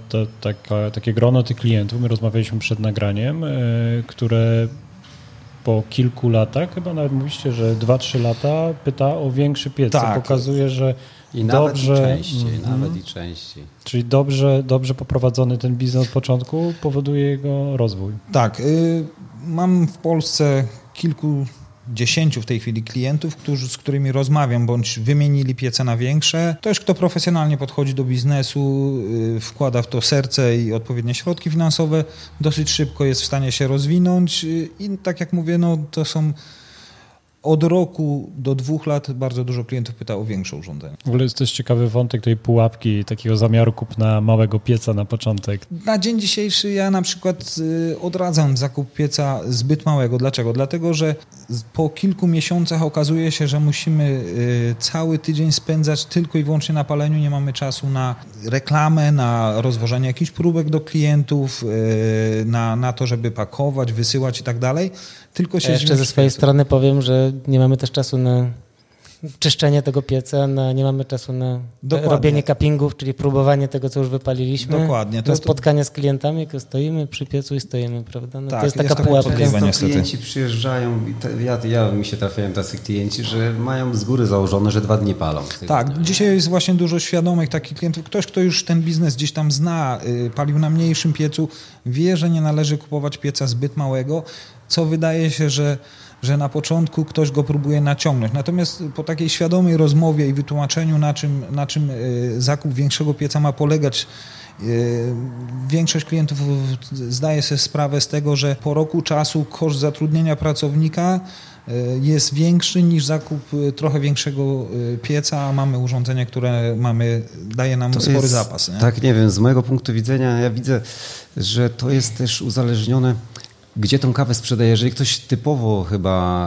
takie grono tych klientów, my rozmawialiśmy przed nagraniem, które po kilku latach, chyba nawet mówiliście, że 2-3 lata pyta o większy piec. Tak. Pokazuje, że i nawet i częściej. Czyli dobrze poprowadzony ten biznes od początku powoduje jego rozwój. Tak. Mam w Polsce kilkudziesięciu w tej chwili klientów, z którymi rozmawiam, bądź wymienili piece na większe. Ktoś, kto profesjonalnie podchodzi do biznesu, wkłada w to serce i odpowiednie środki finansowe, dosyć szybko jest w stanie się rozwinąć i tak jak mówię, to są od roku do 2 lat bardzo dużo klientów pyta o większe urządzenie. W ogóle jest też ciekawy wątek tej pułapki, takiego zamiaru kupna małego pieca na początek. Na dzień dzisiejszy ja na przykład odradzam zakup pieca zbyt małego. Dlaczego? Dlatego, że po kilku miesiącach okazuje się, że musimy cały tydzień spędzać tylko i wyłącznie na paleniu. Nie mamy czasu na reklamę, na rozwożenie jakichś próbek do klientów, na to, żeby pakować, wysyłać i tak dalej. Tylko się jeszcze ze swojej strony powiem, że nie mamy też czasu na czyszczenie tego pieca, nie mamy czasu na robienie cuppingów, czyli próbowanie tego, co już wypaliliśmy. Dokładnie. To spotkania z klientami, jak stoimy przy piecu i stoimy, prawda? Tak, to jest taka pułapka. Często klienci przyjeżdżają i mi się trafiają tacy klienci, że mają z góry założone, że 2 dni palą. Tak, dzisiaj jest właśnie dużo świadomych takich klientów. Ktoś, kto już ten biznes gdzieś tam zna, palił na mniejszym piecu, wie, że nie należy kupować pieca zbyt małego, co wydaje się, że na początku ktoś go próbuje naciągnąć. Natomiast po takiej świadomej rozmowie i wytłumaczeniu, na czym zakup większego pieca ma polegać, większość klientów zdaje sobie sprawę z tego, że po roku czasu koszt zatrudnienia pracownika jest większy niż zakup trochę większego pieca, a mamy urządzenie, które daje nam spory zapas. Nie? Tak, nie wiem, z mojego punktu widzenia ja widzę, że to jest też uzależnione, gdzie tą kawę sprzedaje. Jeżeli ktoś typowo chyba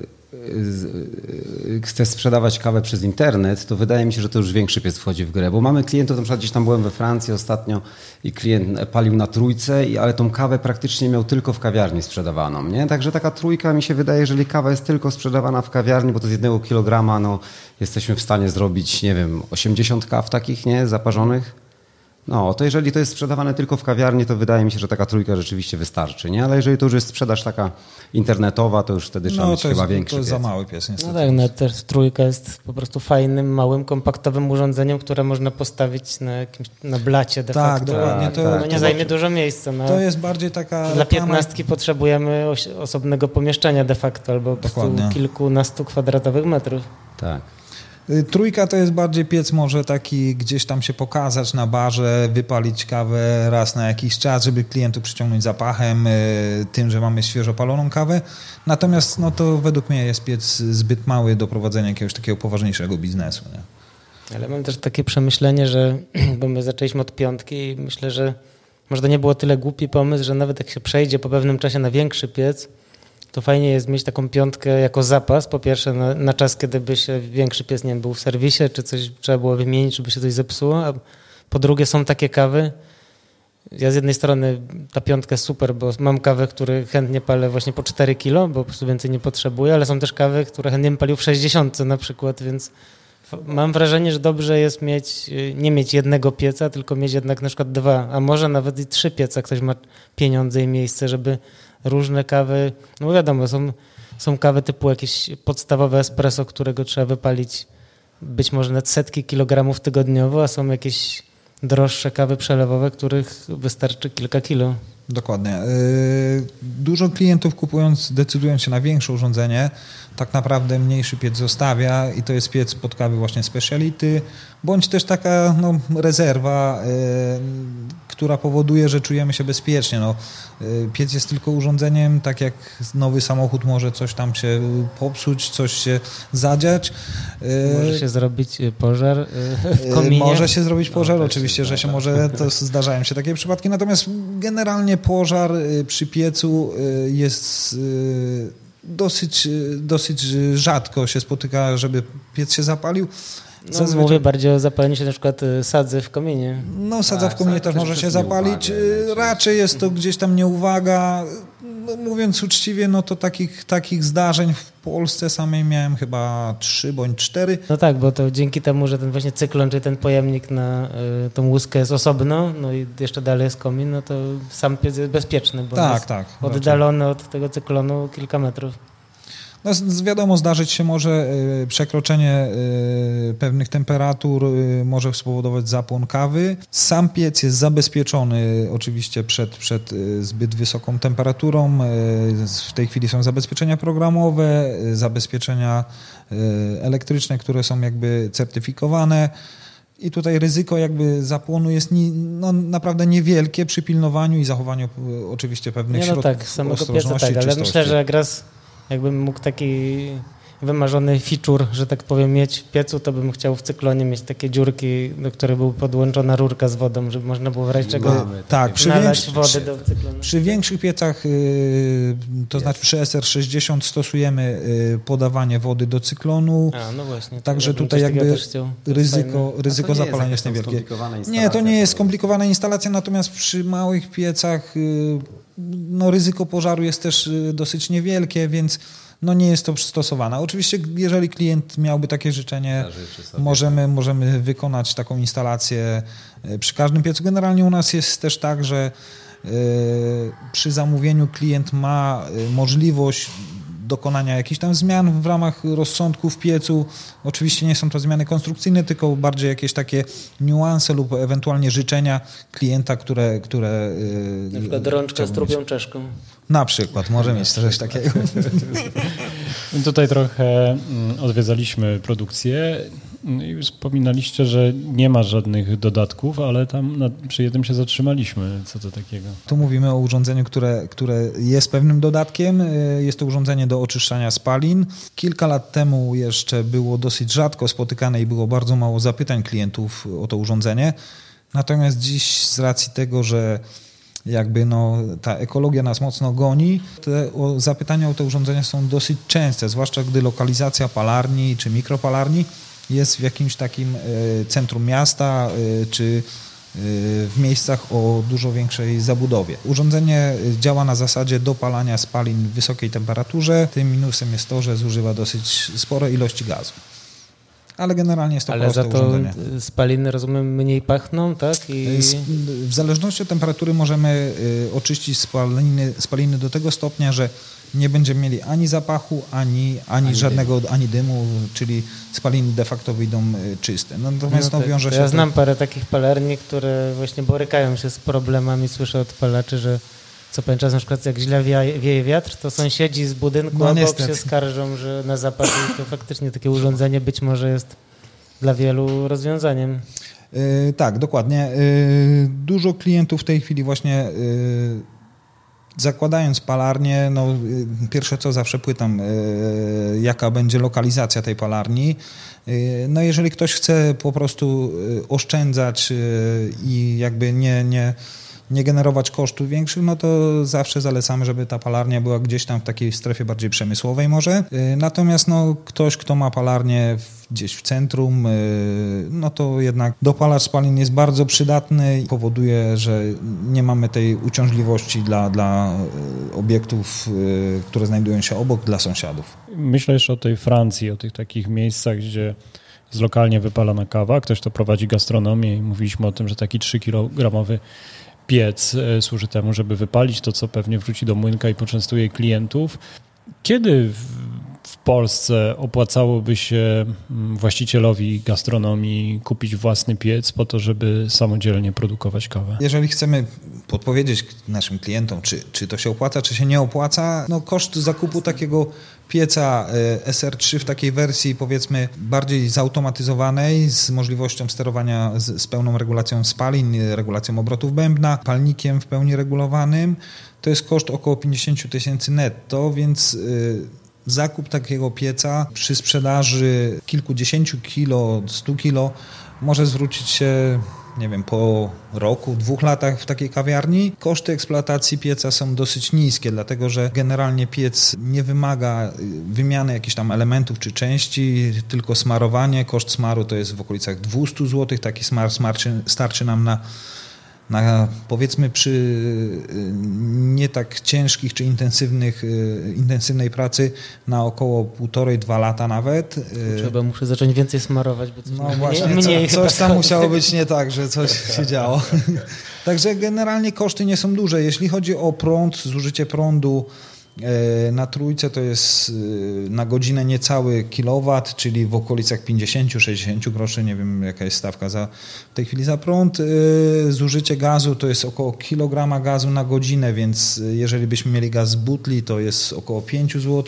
chce sprzedawać kawę przez internet, to wydaje mi się, że to już większy piec wchodzi w grę, bo mamy klientów, na przykład gdzieś tam byłem we Francji ostatnio i klient palił na 3, ale tą kawę praktycznie miał tylko w kawiarni sprzedawaną, nie? Także taka 3 mi się wydaje, jeżeli kawa jest tylko sprzedawana w kawiarni, bo to z 1 kilograma, jesteśmy w stanie zrobić, nie wiem, 80 kaw takich, nie? Zaparzonych. To jeżeli to jest sprzedawane tylko w kawiarni, to wydaje mi się, że taka 3 rzeczywiście wystarczy, nie? Ale jeżeli to już jest sprzedaż taka internetona, to już wtedy trzeba mieć chyba większy to jest piec. za mały piec, niestety. Też 3 jest po prostu fajnym, małym, kompaktowym urządzeniem, które można postawić na blacie de facto. Dokładnie. To nie zajmie dużo miejsca. To jest bardziej taka... Dla 15 potrzebujemy osobnego pomieszczenia de facto, albo po prostu kilkunastu kwadratowych metrów. Tak. 3 to jest bardziej piec może taki gdzieś tam się pokazać na barze, wypalić kawę raz na jakiś czas, żeby klientów przyciągnąć zapachem, tym, że mamy świeżo paloną kawę. Natomiast to według mnie jest piec zbyt mały do prowadzenia jakiegoś takiego poważniejszego biznesu. Nie? Ale mam też takie przemyślenie, że bo my zaczęliśmy od 5 i myślę, że może to nie było tyle głupi pomysł, że nawet jak się przejdzie po pewnym czasie na większy piec, to fajnie jest mieć taką piątkę jako zapas, po pierwsze na czas, kiedy by się większy piec, nie wiem, był w serwisie, czy coś trzeba było wymienić, żeby się coś zepsuło, a po drugie są takie kawy. Ja z jednej strony ta piątka jest super, bo mam kawy, które chętnie palę właśnie po 4 kilo, bo po prostu więcej nie potrzebuję, ale są też kawy, które chętnie bym palił w 60 na przykład, więc mam wrażenie, że dobrze jest nie mieć jednego pieca, tylko mieć jednak na przykład 2, a może nawet i 3 pieca. Ktoś ma pieniądze i miejsce, żeby różne kawy, no bo wiadomo, są kawy typu jakieś podstawowe espresso, którego trzeba wypalić być może nawet setki kilogramów tygodniowo, a są jakieś droższe kawy przelewowe, których wystarczy kilka kilo. Dokładnie. Dużo klientów decydując się na większe urządzenie, tak naprawdę mniejszy piec zostawia i to jest piec pod kawy właśnie speciality, bądź też taka rezerwa, która powoduje, że czujemy się bezpiecznie. Piec jest tylko urządzeniem, tak jak nowy samochód może coś tam się popsuć, coś się zadziać. Może się zrobić pożar w kominie. Może się zrobić pożar, oczywiście, że się może, to zdarzają się takie przypadki, natomiast generalnie pożar przy piecu jest dosyć rzadko się spotyka, żeby piec się zapalił. Zazwyczaj... Mówię bardziej o zapaleniu się na przykład sadzy w kominie. Sadza w kominie też może się zapalić. Raczej jest to gdzieś tam nieuwaga. Mówiąc uczciwie, to takich zdarzeń w Polsce samej miałem chyba 3 bądź 4. No tak, bo to dzięki temu, że ten właśnie cyklon, czy ten pojemnik na tą łuskę jest osobno, i jeszcze dalej jest komin, to sam piec jest bezpieczny, bo jest oddalony od tego cyklonu kilka metrów. Wiadomo, zdarzyć się może przekroczenie pewnych temperatur, może spowodować zapłon kawy. Sam piec jest zabezpieczony oczywiście przed zbyt wysoką temperaturą. W tej chwili są zabezpieczenia programowe, zabezpieczenia elektryczne, które są jakby certyfikowane. I tutaj ryzyko zapłonu jest naprawdę niewielkie przy pilnowaniu i zachowaniu oczywiście pewnych środków samego pieca tak, ale myślę, że jak raz jakbym mógł taki wymarzony feature, że tak powiem, mieć w piecu, to bym chciał w cyklonie mieć takie dziurki, do których była podłączona rurka z wodą, żeby można było w razie czego nalać wody do cyklonu. Przy większych piecach, to znaczy przy SR60 stosujemy podawanie wody do cyklonu. No właśnie. Także tutaj jakby ryzyko zapalenia jest niewielkie. Nie, to nie jest skomplikowana instalacja, natomiast przy małych piecach ryzyko pożaru jest też dosyć niewielkie, więc nie jest to stosowane. Oczywiście, jeżeli klient miałby takie życzenie, możemy wykonać taką instalację przy każdym piecu. Generalnie u nas jest też tak, że przy zamówieniu klient ma możliwość dokonania jakichś tam zmian w ramach rozsądku w piecu. Oczywiście nie są to zmiany konstrukcyjne, tylko bardziej jakieś takie niuanse lub ewentualnie życzenia klienta, które na przykład rączka z trupią czeszką. Na przykład, może mieć coś takiego. Tutaj trochę odwiedzaliśmy produkcję i wspominaliście, że nie ma żadnych dodatków, ale tam przy jednym się zatrzymaliśmy. Co to takiego? Tu mówimy o urządzeniu, które jest pewnym dodatkiem. Jest to urządzenie do oczyszczania spalin. Kilka lat temu jeszcze było dosyć rzadko spotykane i było bardzo mało zapytań klientów o to urządzenie. Natomiast dziś z racji tego, że ta ekologia nas mocno goni, te zapytania o te urządzenia są dosyć częste, zwłaszcza gdy lokalizacja palarni czy mikropalarni jest w jakimś takim centrum miasta czy w miejscach o dużo większej zabudowie. Urządzenie działa na zasadzie dopalania spalin w wysokiej temperaturze. Tym minusem jest to, że zużywa dosyć spore ilości gazu. Ale generalnie jest to proste urządzenie. Ale za to spaliny, rozumiem, mniej pachną, tak? W zależności od temperatury możemy oczyścić spaliny do tego stopnia, że nie będziemy mieli ani zapachu, ani żadnego dymu, czyli spaliny de facto wyjdą czyste. Natomiast wiąże się ja znam parę takich palarni, które właśnie borykają się z problemami, słyszę od palaczy, że co pewien czas na przykład jak źle wieje wiatr, to sąsiedzi z budynku obok się skarżą, że na zapach to faktycznie takie urządzenie być może jest dla wielu rozwiązaniem. Tak, dokładnie. Dużo klientów w tej chwili właśnie zakładając palarnię, pierwsze co zawsze pytam, jaka będzie lokalizacja tej palarni. Jeżeli ktoś chce po prostu oszczędzać i jakby nie generować kosztów większych, no to zawsze zalecamy, żeby ta palarnia była gdzieś tam w takiej strefie bardziej przemysłowej może. Natomiast no, ktoś, kto ma palarnię gdzieś w centrum, no to jednak dopalacz spalin jest bardzo przydatny i powoduje, że nie mamy tej uciążliwości dla obiektów, które znajdują się obok, dla sąsiadów. Myślę jeszcze o tej Francji, o tych takich miejscach, gdzie jest lokalnie wypalana kawa, ktoś to prowadzi gastronomię i mówiliśmy o tym, że taki 3-kilogramowy piec służy temu, żeby wypalić to, co pewnie wróci do młynka i poczęstuje klientów. Kiedy w Polsce opłacałoby się właścicielowi gastronomii kupić własny piec po to, żeby samodzielnie produkować kawę? Jeżeli chcemy podpowiedzieć naszym klientom, czy to się opłaca, czy się nie opłaca, no koszt zakupu takiego pieca SR3 w takiej wersji powiedzmy bardziej zautomatyzowanej, z możliwością sterowania z pełną regulacją spalin, regulacją obrotów bębna, palnikiem w pełni regulowanym, to jest koszt około 50 000 netto, więc zakup takiego pieca przy sprzedaży kilkudziesięciu kilo, 100 kilo może zwrócić się, nie wiem, po roku, 2 latach w takiej kawiarni. Koszty eksploatacji pieca są dosyć niskie, dlatego że generalnie piec nie wymaga wymiany jakichś tam elementów czy części, tylko smarowanie. Koszt smaru to jest w okolicach 200 zł. Taki smar starczy nam na powiedzmy przy nie tak ciężkich czy intensywnej pracy na około 1,5-2 lata nawet. Muszę zacząć więcej smarować, bo coś no właśnie, coś tam musiało być nie tak, że coś się działo. Także generalnie koszty nie są duże. Jeśli chodzi o prąd, zużycie prądu na trójce to jest na godzinę niecały kilowat, czyli w okolicach 50-60 groszy, nie wiem jaka jest stawka w tej chwili za prąd. Zużycie gazu to jest około kilograma gazu na godzinę, więc jeżeli byśmy mieli gaz z butli, to jest około 5 zł.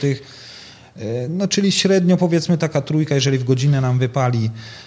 No czyli średnio powiedzmy taka trójka, jeżeli w godzinę nam wypali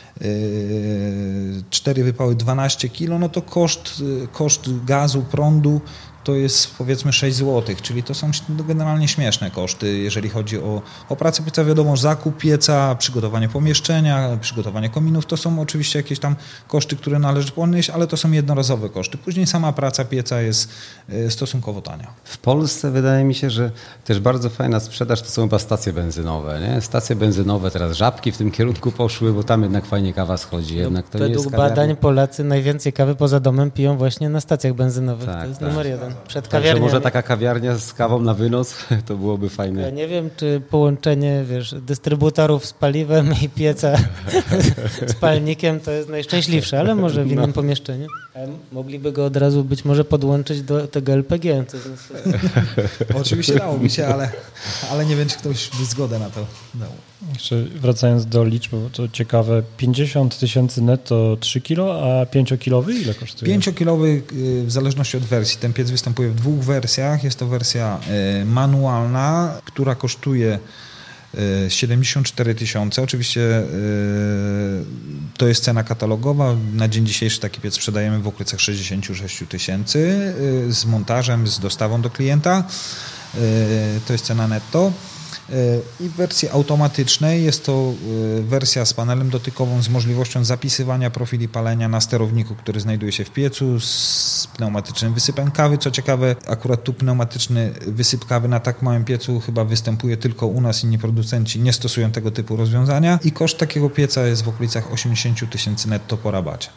4 wypały 12 kg, no to koszt gazu, prądu to jest powiedzmy 6 zł, czyli to są generalnie śmieszne koszty, jeżeli chodzi o pracę pieca. Wiadomo, zakup pieca, przygotowanie pomieszczenia, przygotowanie kominów, to są oczywiście jakieś tam koszty, które należy ponieść, ale to są jednorazowe koszty. Później sama praca pieca jest stosunkowo tania. W Polsce wydaje mi się, że też bardzo fajna sprzedaż to są chyba stacje benzynowe. Nie? Stacje benzynowe, teraz żabki w tym kierunku poszły, bo tam jednak fajnie kawa schodzi. Jednak to według badań Polacy najwięcej kawy poza domem piją właśnie na stacjach benzynowych. Tak, to jest numer 1. Przed kawiarnią. Może taka kawiarnia z kawą na wynos, to byłoby fajne. Ja nie wiem, czy połączenie, dystrybutorów z paliwem i pieca z palnikiem to jest najszczęśliwsze, ale może w innym pomieszczeniu. Mogliby go od razu być może podłączyć do tego LPG. Oczywiście dałoby się, ale nie wiem, czy ktoś by zgodę na to dał. Jeszcze wracając do liczb, bo to ciekawe, 50 000 netto 3 kg, a 5-kilowy ile kosztuje? 5-kilowy w zależności od wersji. Ten piec występuje w 2 wersjach. Jest to wersja manualna, która kosztuje 74 000. Oczywiście to jest cena katalogowa. Na dzień dzisiejszy taki piec sprzedajemy w okolicach 66 000 z montażem, z dostawą do klienta. To jest cena netto. I w wersji automatycznej jest to wersja z panelem dotykową z możliwością zapisywania profili palenia na sterowniku, który znajduje się w piecu, z pneumatycznym wysypem kawy. Co ciekawe, akurat tu pneumatyczny wysyp kawy na tak małym piecu chyba występuje tylko u nas, inni producenci nie stosują tego typu rozwiązania i koszt takiego pieca jest w okolicach 80 000 netto po rabacie.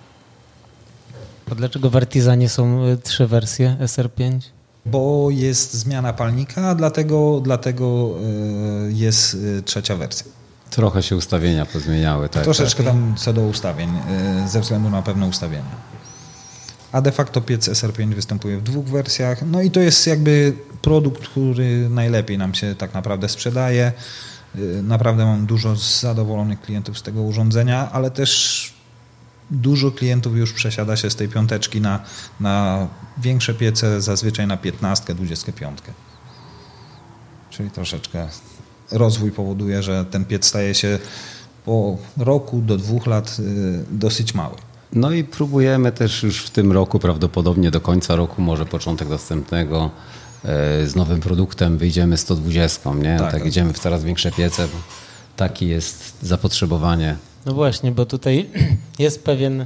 A dlaczego w Artisanie są 3 wersje SR5? Bo jest zmiana palnika, dlatego jest 3 wersja. Trochę się ustawienia pozmieniały. Tak, troszeczkę tam co do ustawień, ze względu na pewne ustawienia. A de facto piec SR5 występuje w 2 wersjach. No i to jest jakby produkt, który najlepiej nam się tak naprawdę sprzedaje. Naprawdę mam dużo zadowolonych klientów z tego urządzenia, ale też dużo klientów już przesiada się z tej 5 na większe piece, zazwyczaj na 15, 25. Czyli troszeczkę rozwój powoduje, że ten piec staje się po roku do 2 lat dosyć mały. No i próbujemy też już w tym roku, prawdopodobnie do końca roku, może początek następnego, z nowym produktem wyjdziemy 120, nie? Tak idziemy w coraz większe piece, bo takie jest zapotrzebowanie. No właśnie, bo tutaj jest pewien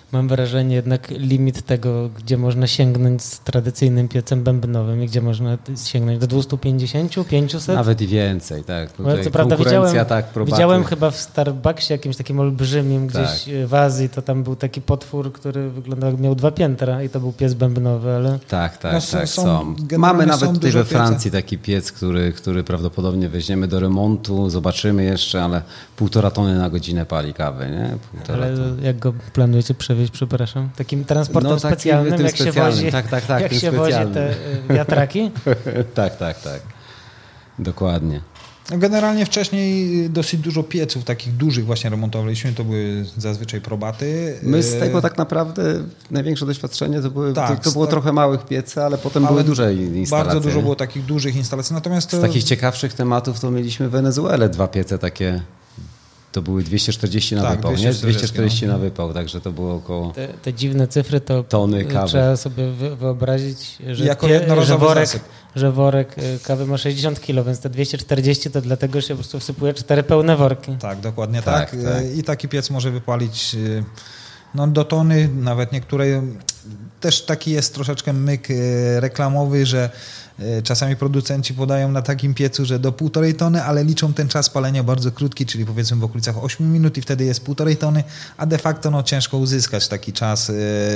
mam wrażenie jednak limit tego, gdzie można sięgnąć z tradycyjnym piecem bębnowym i gdzie można sięgnąć do 250, 500. Nawet i więcej, tak. Tutaj co prawda widziałem chyba w Starbucksie jakimś takim olbrzymim gdzieś w Azji, to tam był taki potwór, który wyglądał jak miał 2 piętra i to był piec bębnowy, ale... Tak, są. Mamy nawet tutaj we Francji taki piec, który prawdopodobnie weźmiemy do remontu, zobaczymy jeszcze, ale 1,5 tony na godzinę pali kawy, nie? Ale jak go planujecie przewieźć, przepraszam? Takim transportem specjalnym, jak się wozi, jak się wozi te wiatraki? Tak. Dokładnie. Generalnie wcześniej dosyć dużo pieców takich dużych właśnie remontowaliśmy, to były zazwyczaj probaty. My z tego tak naprawdę największe doświadczenie to było trochę małych piece, ale potem były duże instalacje. Bardzo dużo było takich dużych instalacji. Natomiast z takich ciekawnych tematów to mieliśmy w Wenezuelę 2 piece takie. To były 240 na wypał, 240 na wypał, także to było około... Te dziwne cyfry to tony kawy. Trzeba sobie wyobrazić, że worek kawy ma 60 kg, więc te 240 to dlatego się po prostu wsypuje 4 pełne worki. Tak, dokładnie tak. I taki piec może wypalić do tony, nawet niektóre... Też taki jest troszeczkę myk reklamowy, że czasami producenci podają na takim piecu, że do 1,5 tony, ale liczą ten czas palenia bardzo krótki, czyli powiedzmy w okolicach 8 minut i wtedy jest 1,5 tony, a de facto ciężko uzyskać taki czas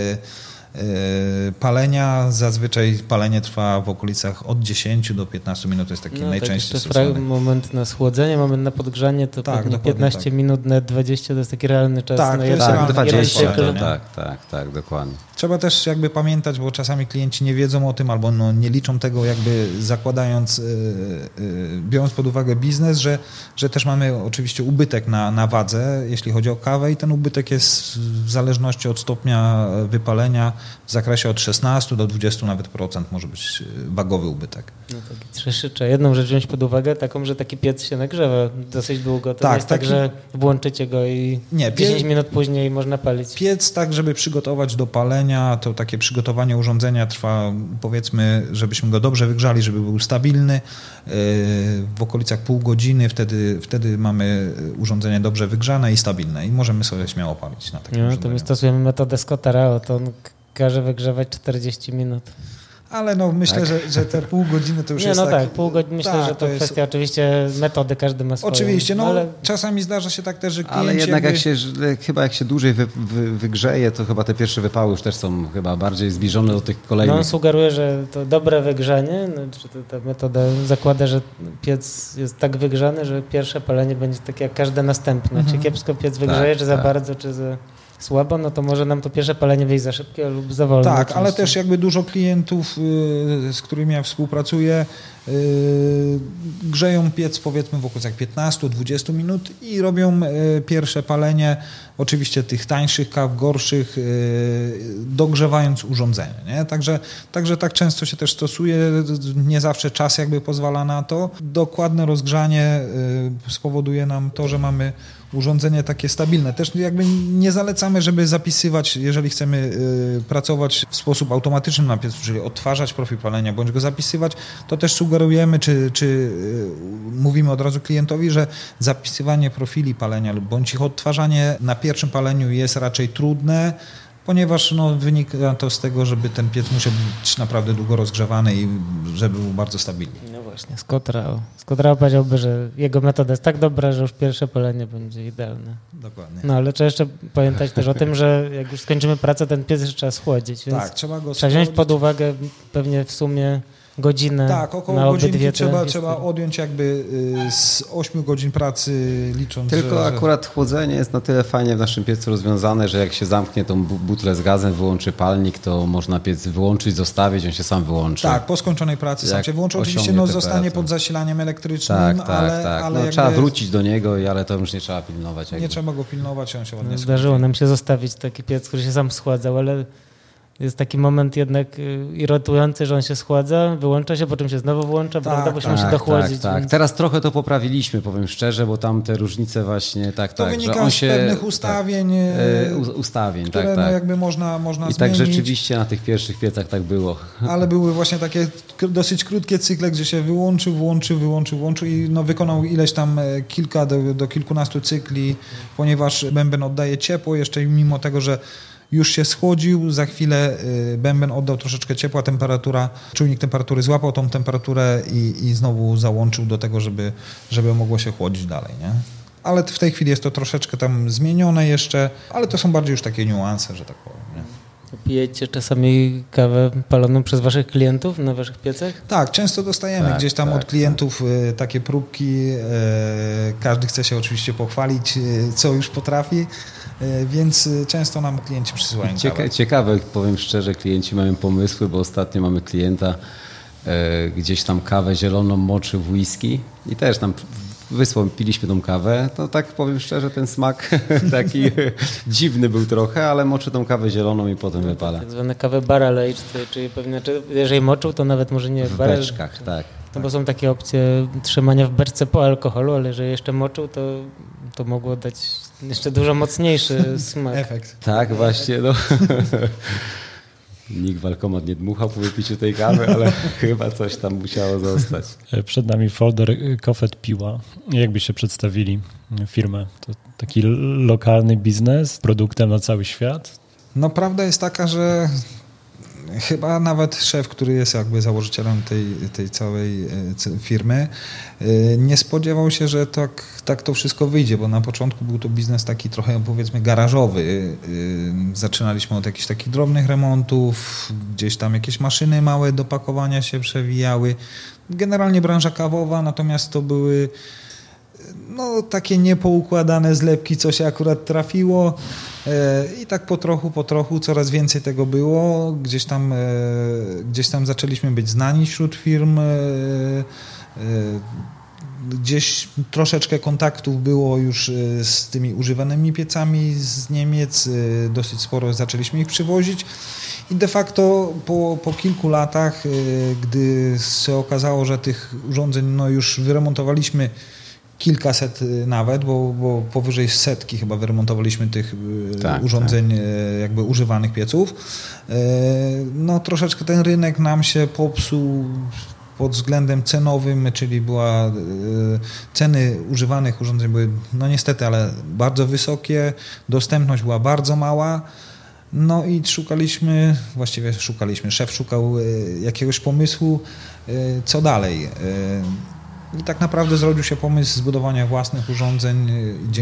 palenia. Zazwyczaj palenie trwa w okolicach od 10 do 15 minut, to jest taki najczęściej stosowany. Moment na schłodzenie, moment na podgrzanie, to pewnie 15 minut, nawet 20 to jest taki realny czas. Tak, to jest realny 20, tak, dokładnie. Trzeba też jakby pamiętać, bo czasami klienci nie wiedzą o tym albo nie liczą tego jakby zakładając, biorąc pod uwagę biznes, że też mamy oczywiście ubytek na wadze, jeśli chodzi o kawę i ten ubytek jest w zależności od stopnia wypalenia w zakresie od 16 do 20 nawet procent może być wagowy ubytek. Trzeba jedną rzecz wziąć pod uwagę, taką, że taki piec się nagrzewa dosyć długo. To jest tak, że włączycie go i 10 minut później można palić. Piec tak, żeby przygotować do palenia, to takie przygotowanie urządzenia trwa, powiedzmy, żebyśmy go dobrze wygrzali, żeby był stabilny. W okolicach pół godziny wtedy mamy urządzenie dobrze wygrzane i stabilne i możemy sobie śmiało palić na takim urządzeniu. To my stosujemy metodę Scotta Rao, to on każe wygrzewać 40 minut. Ale myślę, że te pół godziny to już jest tak... pół godziny myślę, że to kwestia oczywiście metody, każdy ma swoją. Oczywiście, ale czasami zdarza się tak też, że klienci... Ale jednak jak się dłużej wygrzeje, to chyba te pierwsze wypały już też są chyba bardziej zbliżone do tych kolejnych. On sugeruje, że to dobre wygrzanie, ta metoda zakłada, że piec jest tak wygrzany, że pierwsze palenie będzie takie jak każde następne. Czy kiepsko piec wygrzeje, czy za bardzo, czy za... słabo, to może nam to pierwsze palenie wyjść za szybkie lub za wolno. Tak, oczywiście. ale też jakby dużo klientów, z którymi ja współpracuję, grzeją piec powiedzmy w okolicach 15-20 minut i robią pierwsze palenie, oczywiście tych tańszych kaw, gorszych, dogrzewając urządzenie. Nie? Także tak często się też stosuje, nie zawsze czas jakby pozwala na to. Dokładne rozgrzanie spowoduje nam to, że mamy urządzenie takie stabilne. Też jakby nie zalecamy, żeby zapisywać, jeżeli chcemy pracować w sposób automatyczny na piecu, czyli odtwarzać profil palenia, bądź go zapisywać, to też sugerujemy, czy mówimy od razu klientowi, że zapisywanie profili palenia bądź ich odtwarzanie na pierwszym paleniu jest raczej trudne, ponieważ wynika to z tego, żeby ten piec musiał być naprawdę długo rozgrzewany i żeby był bardzo stabilny. No właśnie, Scott Rao powiedziałby, że jego metoda jest tak dobra, że już pierwsze palenie będzie idealne. Dokładnie. Ale trzeba jeszcze pamiętać też o tym, że jak już skończymy pracę, ten piec jeszcze trzeba schłodzić. Więc tak, trzeba go wziąć pod uwagę pewnie w sumie godzinę. Tak, około godzinki trzeba odjąć jakby z 8 godzin pracy licząc. Tylko akurat chłodzenie jest na tyle fajnie w naszym piecu rozwiązane, że jak się zamknie tą butlę z gazem, wyłączy palnik, to można piec wyłączyć, zostawić, on się sam wyłączy. Tak, po skończonej pracy sam się wyłączy. Oczywiście zostanie pod zasilaniem elektrycznym, ale trzeba wrócić do niego, ale to już nie trzeba pilnować. Nie trzeba go pilnować, on się ładnie Zdarzyło nam się zostawić taki piec, który się sam schładzał, ale jest taki moment jednak irytujący, że on się schładza, wyłącza się, po czym się znowu włącza, prawda, bo się musi dochłodzić. Tak. Teraz trochę to poprawiliśmy, powiem szczerze, bo tam te różnice właśnie to wynika że on się, z pewnych ustawień, które jakby można I zmienić. tak rzeczywiście na tych pierwszych piecach tak było. Ale były właśnie takie dosyć krótkie cykle, gdzie się wyłączył i wykonał ileś tam kilka do kilkunastu cykli, ponieważ bęben oddaje ciepło jeszcze mimo tego, że już się schłodził, za chwilę bęben oddał troszeczkę ciepła, czujnik temperatury złapał tą temperaturę i znowu załączył do tego, żeby mogło się chłodzić dalej, nie? Ale w tej chwili jest to troszeczkę tam zmienione jeszcze, ale to są bardziej już takie niuanse, że tak powiem, nie? Pijecie czasami kawę paloną przez waszych klientów na waszych piecach? Tak, często dostajemy gdzieś tam od klientów takie próbki. Każdy chce się oczywiście pochwalić, co już potrafi, więc często nam klienci przysyłają kawę. Ciekawe, powiem szczerze, klienci mają pomysły, bo ostatnio mamy klienta, gdzieś tam kawę zieloną moczy w whisky i też tam piliśmy tą kawę, to tak powiem szczerze, ten smak taki dziwny był trochę, ale moczy tą kawę zieloną i potem wypala. Tak zwane kawę barrel aged, czyli pewnie, jeżeli moczył, to nawet może nie w barrel. W beczkach, tak. No bo są takie opcje trzymania w beczce po alkoholu, ale jeżeli jeszcze moczył, to mogło dać jeszcze dużo mocniejszy smak. Efekt. Tak, właśnie, no. Nikt w alkomat nie dmuchał po wypiciu tej kawy, ale chyba coś tam musiało zostać. Przed nami folder Kofet Piła. Jakbyście przedstawili firmę? To taki lokalny biznes z produktem na cały świat? No prawda jest taka, że chyba nawet szef, który jest jakby założycielem tej całej firmy, nie spodziewał się, że tak to wszystko wyjdzie, bo na początku był to biznes taki trochę, powiedzmy, garażowy. Zaczynaliśmy od jakichś takich drobnych remontów, gdzieś tam jakieś maszyny małe do pakowania się przewijały. Generalnie branża kawowa, natomiast to były takie niepoukładane zlepki, co się akurat trafiło i tak po trochu coraz więcej tego było. Gdzieś tam zaczęliśmy być znani wśród firm. Gdzieś troszeczkę kontaktów było już z tymi używanymi piecami z Niemiec. Dosyć sporo zaczęliśmy ich przywozić. I de facto po kilku latach, gdy się okazało, że tych urządzeń już wyremontowaliśmy kilkaset nawet, bo powyżej setki chyba wyremontowaliśmy tych urządzeń, jakby używanych pieców. Troszeczkę ten rynek nam się popsuł pod względem cenowym, czyli ceny używanych urządzeń były niestety, ale bardzo wysokie, dostępność była bardzo mała. I szef szukał jakiegoś pomysłu, co dalej. I tak naprawdę zrodził się pomysł zbudowania własnych urządzeń i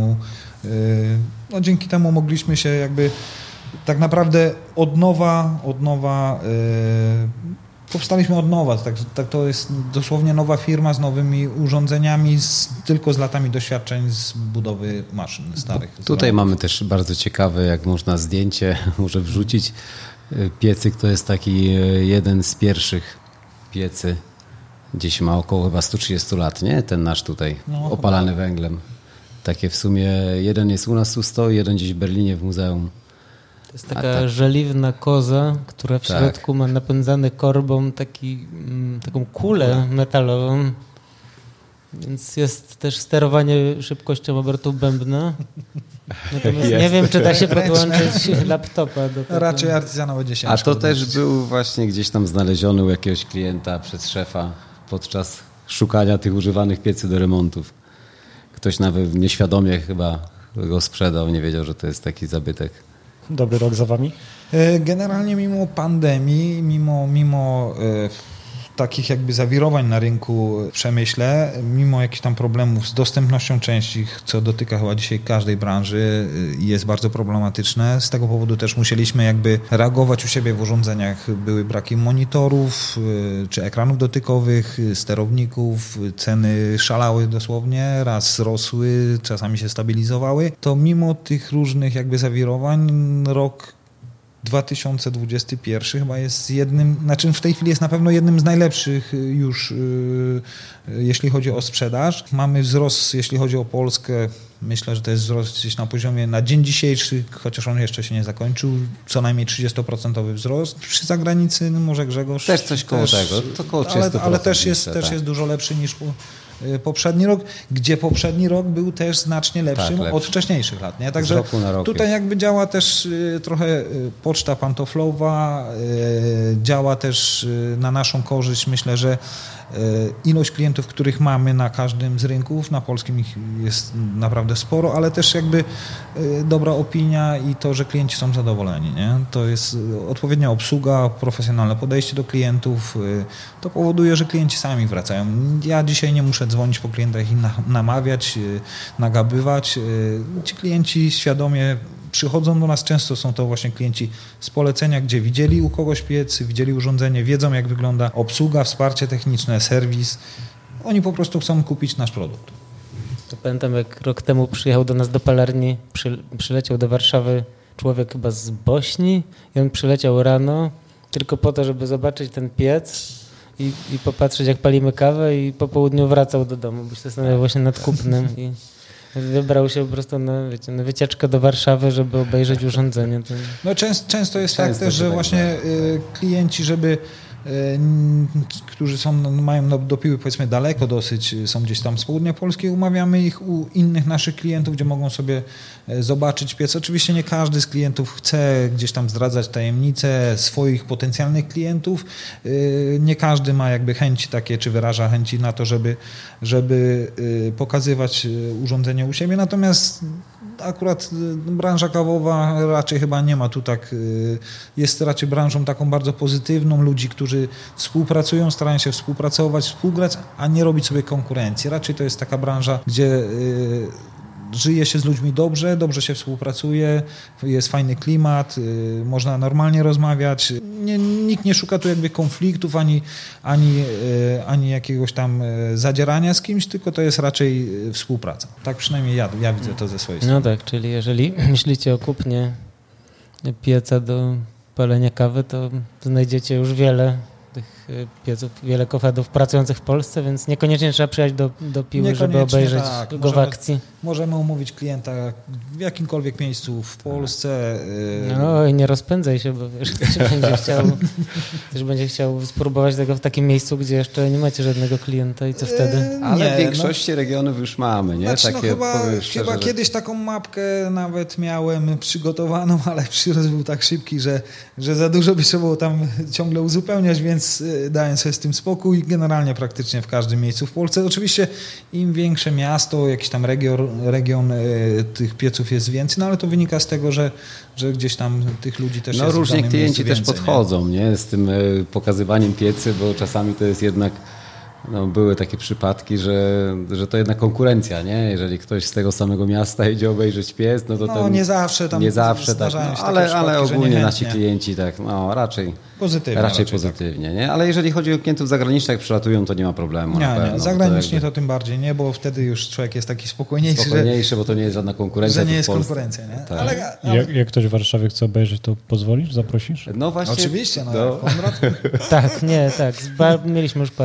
dzięki temu mogliśmy się jakby tak naprawdę od nowa powstaliśmy od nowa. Tak to jest dosłownie nowa firma z nowymi urządzeniami, tylko z latami doświadczeń z budowy maszyn starych. Tutaj mamy też bardzo ciekawe, jak można zdjęcie może wrzucić. Piecyk to jest taki jeden z pierwszych piecy. Gdzieś ma około chyba 130 lat, nie? Ten nasz tutaj, opalany węglem. Takie w sumie, jeden jest u nas tu stoi, jeden gdzieś w Berlinie w muzeum. To jest taka żeliwna koza, która w środku ma napędzany korbą taką kulę metalową. Więc jest też sterowanie szybkością obrotu bębna. Natomiast nie wiem, czy da się podłączyć laptopa do tego. Raczej artyzjana będzie ciężko. A to też był właśnie gdzieś tam znaleziony u jakiegoś klienta przez szefa podczas szukania tych używanych piecy do remontów. Ktoś nawet nieświadomie chyba go sprzedał, nie wiedział, że to jest taki zabytek. Dobry rok za wami? Generalnie mimo pandemii, mimo takich jakby zawirowań na rynku w przemyśle, mimo jakichś tam problemów z dostępnością części, co dotyka chyba dzisiaj każdej branży, jest bardzo problematyczne. Z tego powodu też musieliśmy jakby reagować u siebie w urządzeniach. Były braki monitorów, czy ekranów dotykowych, sterowników, ceny szalały dosłownie, raz rosły, czasami się stabilizowały. To mimo tych różnych jakby zawirowań rok 2021 chyba jest w tej chwili jest na pewno jednym z najlepszych już, jeśli chodzi o sprzedaż. Mamy wzrost, jeśli chodzi o Polskę, myślę, że to jest wzrost gdzieś na poziomie na dzień dzisiejszy, chociaż on jeszcze się nie zakończył, co najmniej 30% wzrost. Przy zagranicy, może Grzegorz... Też coś koło tego, to koło 30%. Ale też jest dużo lepszy niż poprzedni rok, gdzie poprzedni rok był też znacznie lepszym od wcześniejszych lat. Nie? Także tutaj jakby działa też trochę poczta pantoflowa, działa też na naszą korzyść. Myślę, że ilość klientów, których mamy na każdym z rynków, na polskim ich jest naprawdę sporo, ale też jakby dobra opinia i to, że klienci są zadowoleni, nie? To jest odpowiednia obsługa, profesjonalne podejście do klientów, to powoduje, że klienci sami wracają. Ja dzisiaj nie muszę dzwonić po klientach i namawiać, nagabywać. Ci klienci świadomie przychodzą do nas, często są to właśnie klienci z polecenia, gdzie widzieli u kogoś piec, widzieli urządzenie, wiedzą jak wygląda obsługa, wsparcie techniczne, serwis. Oni po prostu chcą kupić nasz produkt. To pamiętam, jak rok temu przyjechał do nas do palarni, przyleciał do Warszawy człowiek chyba z Bośni i on przyleciał rano tylko po to, żeby zobaczyć ten piec i popatrzeć, jak palimy kawę, i po południu wracał do domu, bo się zastanawiał właśnie nad kupnem i wybrał się po prostu na wycieczkę do Warszawy, żeby obejrzeć urządzenie. No często jest tak też, że właśnie klienci, którzy mają do piły powiedzmy daleko dosyć, są gdzieś tam z południa Polski, umawiamy ich u innych naszych klientów, gdzie mogą sobie zobaczyć piec. Oczywiście nie każdy z klientów chce gdzieś tam zdradzać tajemnice swoich potencjalnych klientów. Nie każdy ma jakby chęci takie, czy wyraża chęci na to, żeby pokazywać urządzenie u siebie. Natomiast akurat branża kawowa raczej chyba nie ma tu tak, jest raczej branżą taką bardzo pozytywną, ludzi, którzy współpracują, starają się współpracować, współgrać, a nie robić sobie konkurencji. Raczej to jest taka branża, gdzie żyje się z ludźmi dobrze się współpracuje, jest fajny klimat, można normalnie rozmawiać. Nikt nie szuka tu jakby konfliktów ani jakiegoś tam zadzierania z kimś, tylko to jest raczej współpraca. Tak przynajmniej ja widzę to ze swojej strony. No tak, czyli jeżeli myślicie o kupnie pieca do palenia kawy, to znajdziecie już wiele tych pieców, wiele kofedów pracujących w Polsce, więc niekoniecznie trzeba przyjechać do Piły, żeby obejrzeć go w akcji. Możemy umówić klienta w jakimkolwiek miejscu w Polsce. No i nie rozpędzaj się, bo wiesz, ktoś będzie chciał spróbować tego w takim miejscu, gdzie jeszcze nie macie żadnego klienta i co wtedy? Ale w większości regionów już mamy, nie? Znaczy, takie, chyba kiedyś taką mapkę nawet miałem przygotowaną, ale przyrost był tak szybki, że za dużo by trzeba było tam ciągle uzupełniać, więc dałem sobie z tym spokój. Generalnie praktycznie w każdym miejscu w Polsce. Oczywiście im większe miasto, jakiś tam region tych pieców jest więcej, no ale to wynika z tego, że gdzieś tam tych ludzi też jest w różni klienci też więcej, podchodzą, nie? Z tym pokazywaniem piecy, bo czasami to jest jednak, były takie przypadki, że to jednak konkurencja, nie? Jeżeli ktoś z tego samego miasta idzie obejrzeć piec, no to nie zawsze tam tak, ale ogólnie nasi klienci tak, raczej pozytywnie, nie? Ale jeżeli chodzi o klientów zagranicznych, jak przylatują, to nie ma problemu. Nie, zagranicznie to tym bardziej nie, bo wtedy już człowiek jest taki spokojniejszy, bo to nie jest żadna konkurencja. Że nie jest konkurencja, nie? Tak. Ale jak ktoś w Warszawie chce obejrzeć, to pozwolisz, zaprosisz? No właśnie. Oczywiście, Konrad. Tak. Mieliśmy już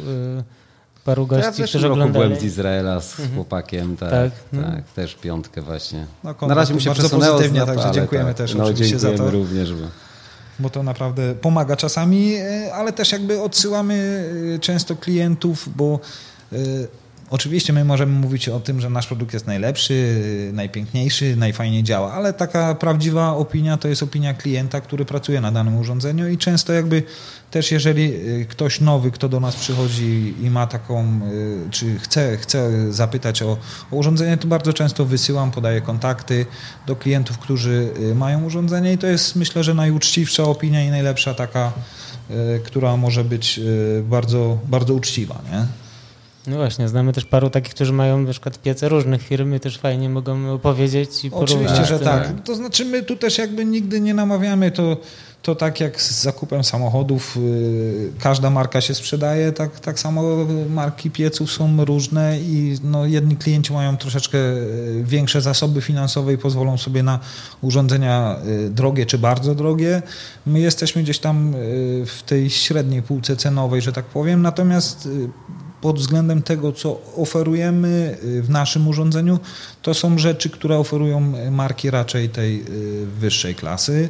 paru gości, którzy oglądali. Byłem z Izraela z chłopakiem, tak, też piątkę właśnie. Na razie mu się pozytywnie, także dziękujemy też oczywiście za to. Również. Bo to naprawdę pomaga czasami, ale też jakby odsyłamy często klientów, bo oczywiście my możemy mówić o tym, że nasz produkt jest najlepszy, najpiękniejszy, najfajniej działa, ale taka prawdziwa opinia to jest opinia klienta, który pracuje na danym urządzeniu i często jakby też jeżeli ktoś nowy, kto do nas przychodzi i ma taką, czy chce zapytać o urządzenie, to bardzo często wysyłam, podaję kontakty do klientów, którzy mają urządzenie i to jest myślę, że najuczciwsza opinia i najlepsza taka, która może być bardzo, bardzo uczciwa, nie? No właśnie, znamy też paru takich, którzy mają na przykład piece różnych firm i też fajnie mogą opowiedzieć i porównać. Oczywiście, że tak. To znaczy my tu też jakby nigdy nie namawiamy, to tak jak z zakupem samochodów, każda marka się sprzedaje, tak samo marki pieców są różne i jedni klienci mają troszeczkę większe zasoby finansowe i pozwolą sobie na urządzenia drogie czy bardzo drogie. My jesteśmy gdzieś tam w tej średniej półce cenowej, że tak powiem, natomiast pod względem tego, co oferujemy w naszym urządzeniu, to są rzeczy, które oferują marki raczej tej wyższej klasy.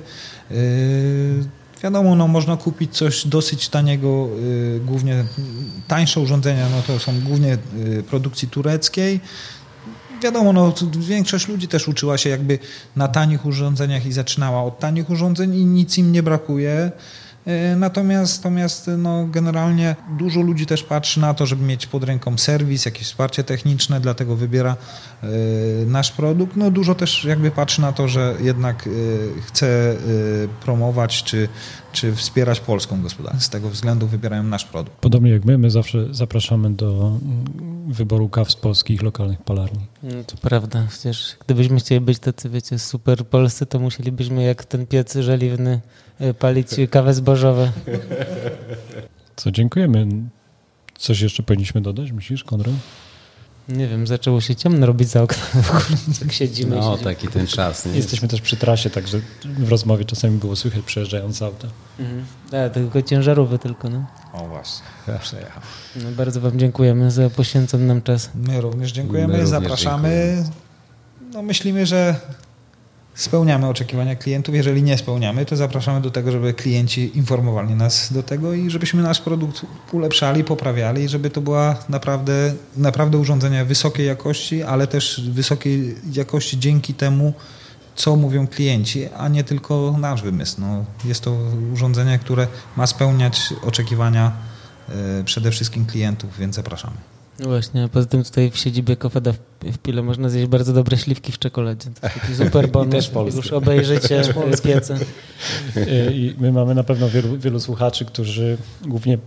Wiadomo, można kupić coś dosyć taniego, głównie tańsze urządzenia, to są głównie produkcji tureckiej. Wiadomo, większość ludzi też uczyła się jakby na tanich urządzeniach i zaczynała od tanich urządzeń i nic im nie brakuje. Natomiast no, generalnie dużo ludzi też patrzy na to, żeby mieć pod ręką serwis, jakieś wsparcie techniczne, dlatego wybiera nasz produkt. No, dużo też jakby patrzy na to, że jednak chce promować czy wspierać polską gospodarkę. Z tego względu wybierają nasz produkt. Podobnie jak my zawsze zapraszamy do wyboru kaw z polskich lokalnych palarni. To prawda, przecież gdybyśmy chcieli być tacy, wiecie, super polscy, to musielibyśmy jak ten piec żeliwny palić kawę zbożowe. Co, dziękujemy. Coś jeszcze powinniśmy dodać, myślisz, Konrad? Nie wiem, zaczęło się ciemno robić za oknem. Tak siedzimy. No, taki ten czas. Nie? Jesteśmy też przy trasie, także w rozmowie czasami było słychać przejeżdżające auta. Tak, tylko ciężarówki tylko, no. O właśnie, przejechał. No, bardzo wam dziękujemy za poświęcony nam czas. My również dziękujemy, zapraszamy. No, myślimy, że spełniamy oczekiwania klientów. Jeżeli nie spełniamy, to zapraszamy do tego, żeby klienci informowali nas do tego i żebyśmy nasz produkt ulepszali, poprawiali, żeby to była naprawdę urządzenia wysokiej jakości, ale też wysokiej jakości dzięki temu, co mówią klienci, a nie tylko nasz wymysł. No, jest to urządzenie, które ma spełniać oczekiwania przede wszystkim klientów, więc zapraszamy. No właśnie, a poza tym tutaj w siedzibie Cofeda w Pile można zjeść bardzo dobre śliwki w czekoladzie. To taki super bonus, już obejrzycie piece. I my mamy na pewno wielu słuchaczy, którzy głównie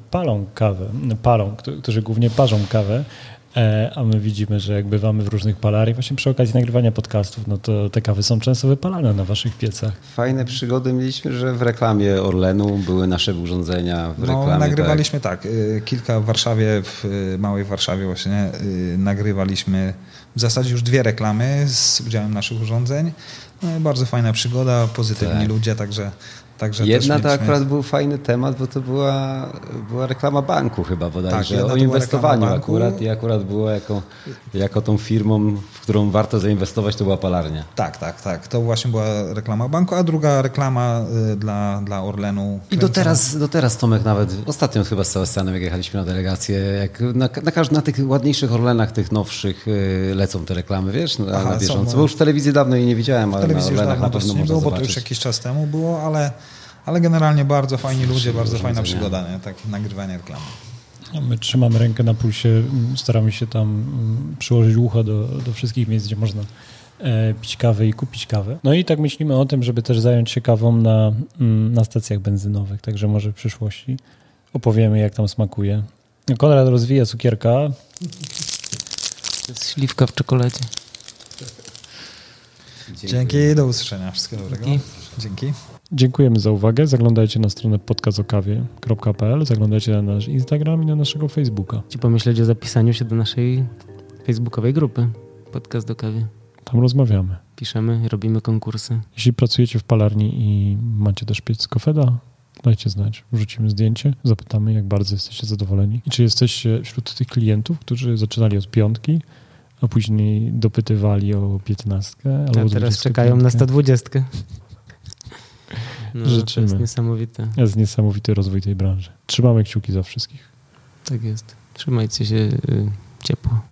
którzy głównie parzą kawę, a my widzimy, że jak bywamy w różnych palarniach, właśnie przy okazji nagrywania podcastów, no to te kawy są często wypalane na waszych piecach. Fajne przygody mieliśmy, że w reklamie Orlenu były nasze urządzenia. W reklamie, nagrywaliśmy tak, kilka w Warszawie, w Małej Warszawie właśnie nagrywaliśmy w zasadzie już 2 reklamy z udziałem naszych urządzeń. No, bardzo fajna przygoda, pozytywni ludzie, także jedna to akurat był fajny temat, bo to była reklama banku chyba bodajże, tak, o inwestowaniu akurat było jako tą firmą, w którą warto zainwestować, to była palarnia. Tak. To właśnie była reklama banku, a druga reklama dla Orlenu. I do teraz Tomek nawet, ostatnio chyba z Sebastianem, jak jechaliśmy na delegację, jak na tych ładniejszych Orlenach, tych nowszych lecą te reklamy, wiesz, na bieżąco. Bo już w telewizji dawno jej nie widziałem, ale na Orlenach na pewno można zobaczyć. Bo to już jakiś czas temu było, ale generalnie bardzo fajni ludzie, bardzo fajna przygoda, nie? Takie nagrywanie reklamy. No, my trzymamy rękę na pulsie, staramy się tam przyłożyć ucho do wszystkich miejsc, gdzie można pić kawę i kupić kawę. No i tak myślimy o tym, żeby też zająć się kawą na stacjach benzynowych, także może w przyszłości opowiemy, jak tam smakuje. Konrad rozwija cukierka. To jest śliwka w czekoladzie. Dzięki, do usłyszenia. Wszystkiego dobrego. Dzięki. Dziękujemy za uwagę. Zaglądajcie na stronę podcastokawie.pl, zaglądajcie na nasz Instagram i na naszego Facebooka. Ci pomyśleć o zapisaniu się do naszej facebookowej grupy Podcast o kawie. Tam rozmawiamy. Piszemy, robimy konkursy. Jeśli pracujecie w palarni i macie też piec Cofeda, dajcie znać, wrzucimy zdjęcie, zapytamy, jak bardzo jesteście zadowoleni i czy jesteście wśród tych klientów, którzy zaczynali od 5, a później dopytywali o 15. A teraz 25. Czekają na 120. No, życzymy. To jest niesamowite. Jest niesamowity rozwój tej branży. Trzymamy kciuki za wszystkich. Tak jest. Trzymajcie się ciepło.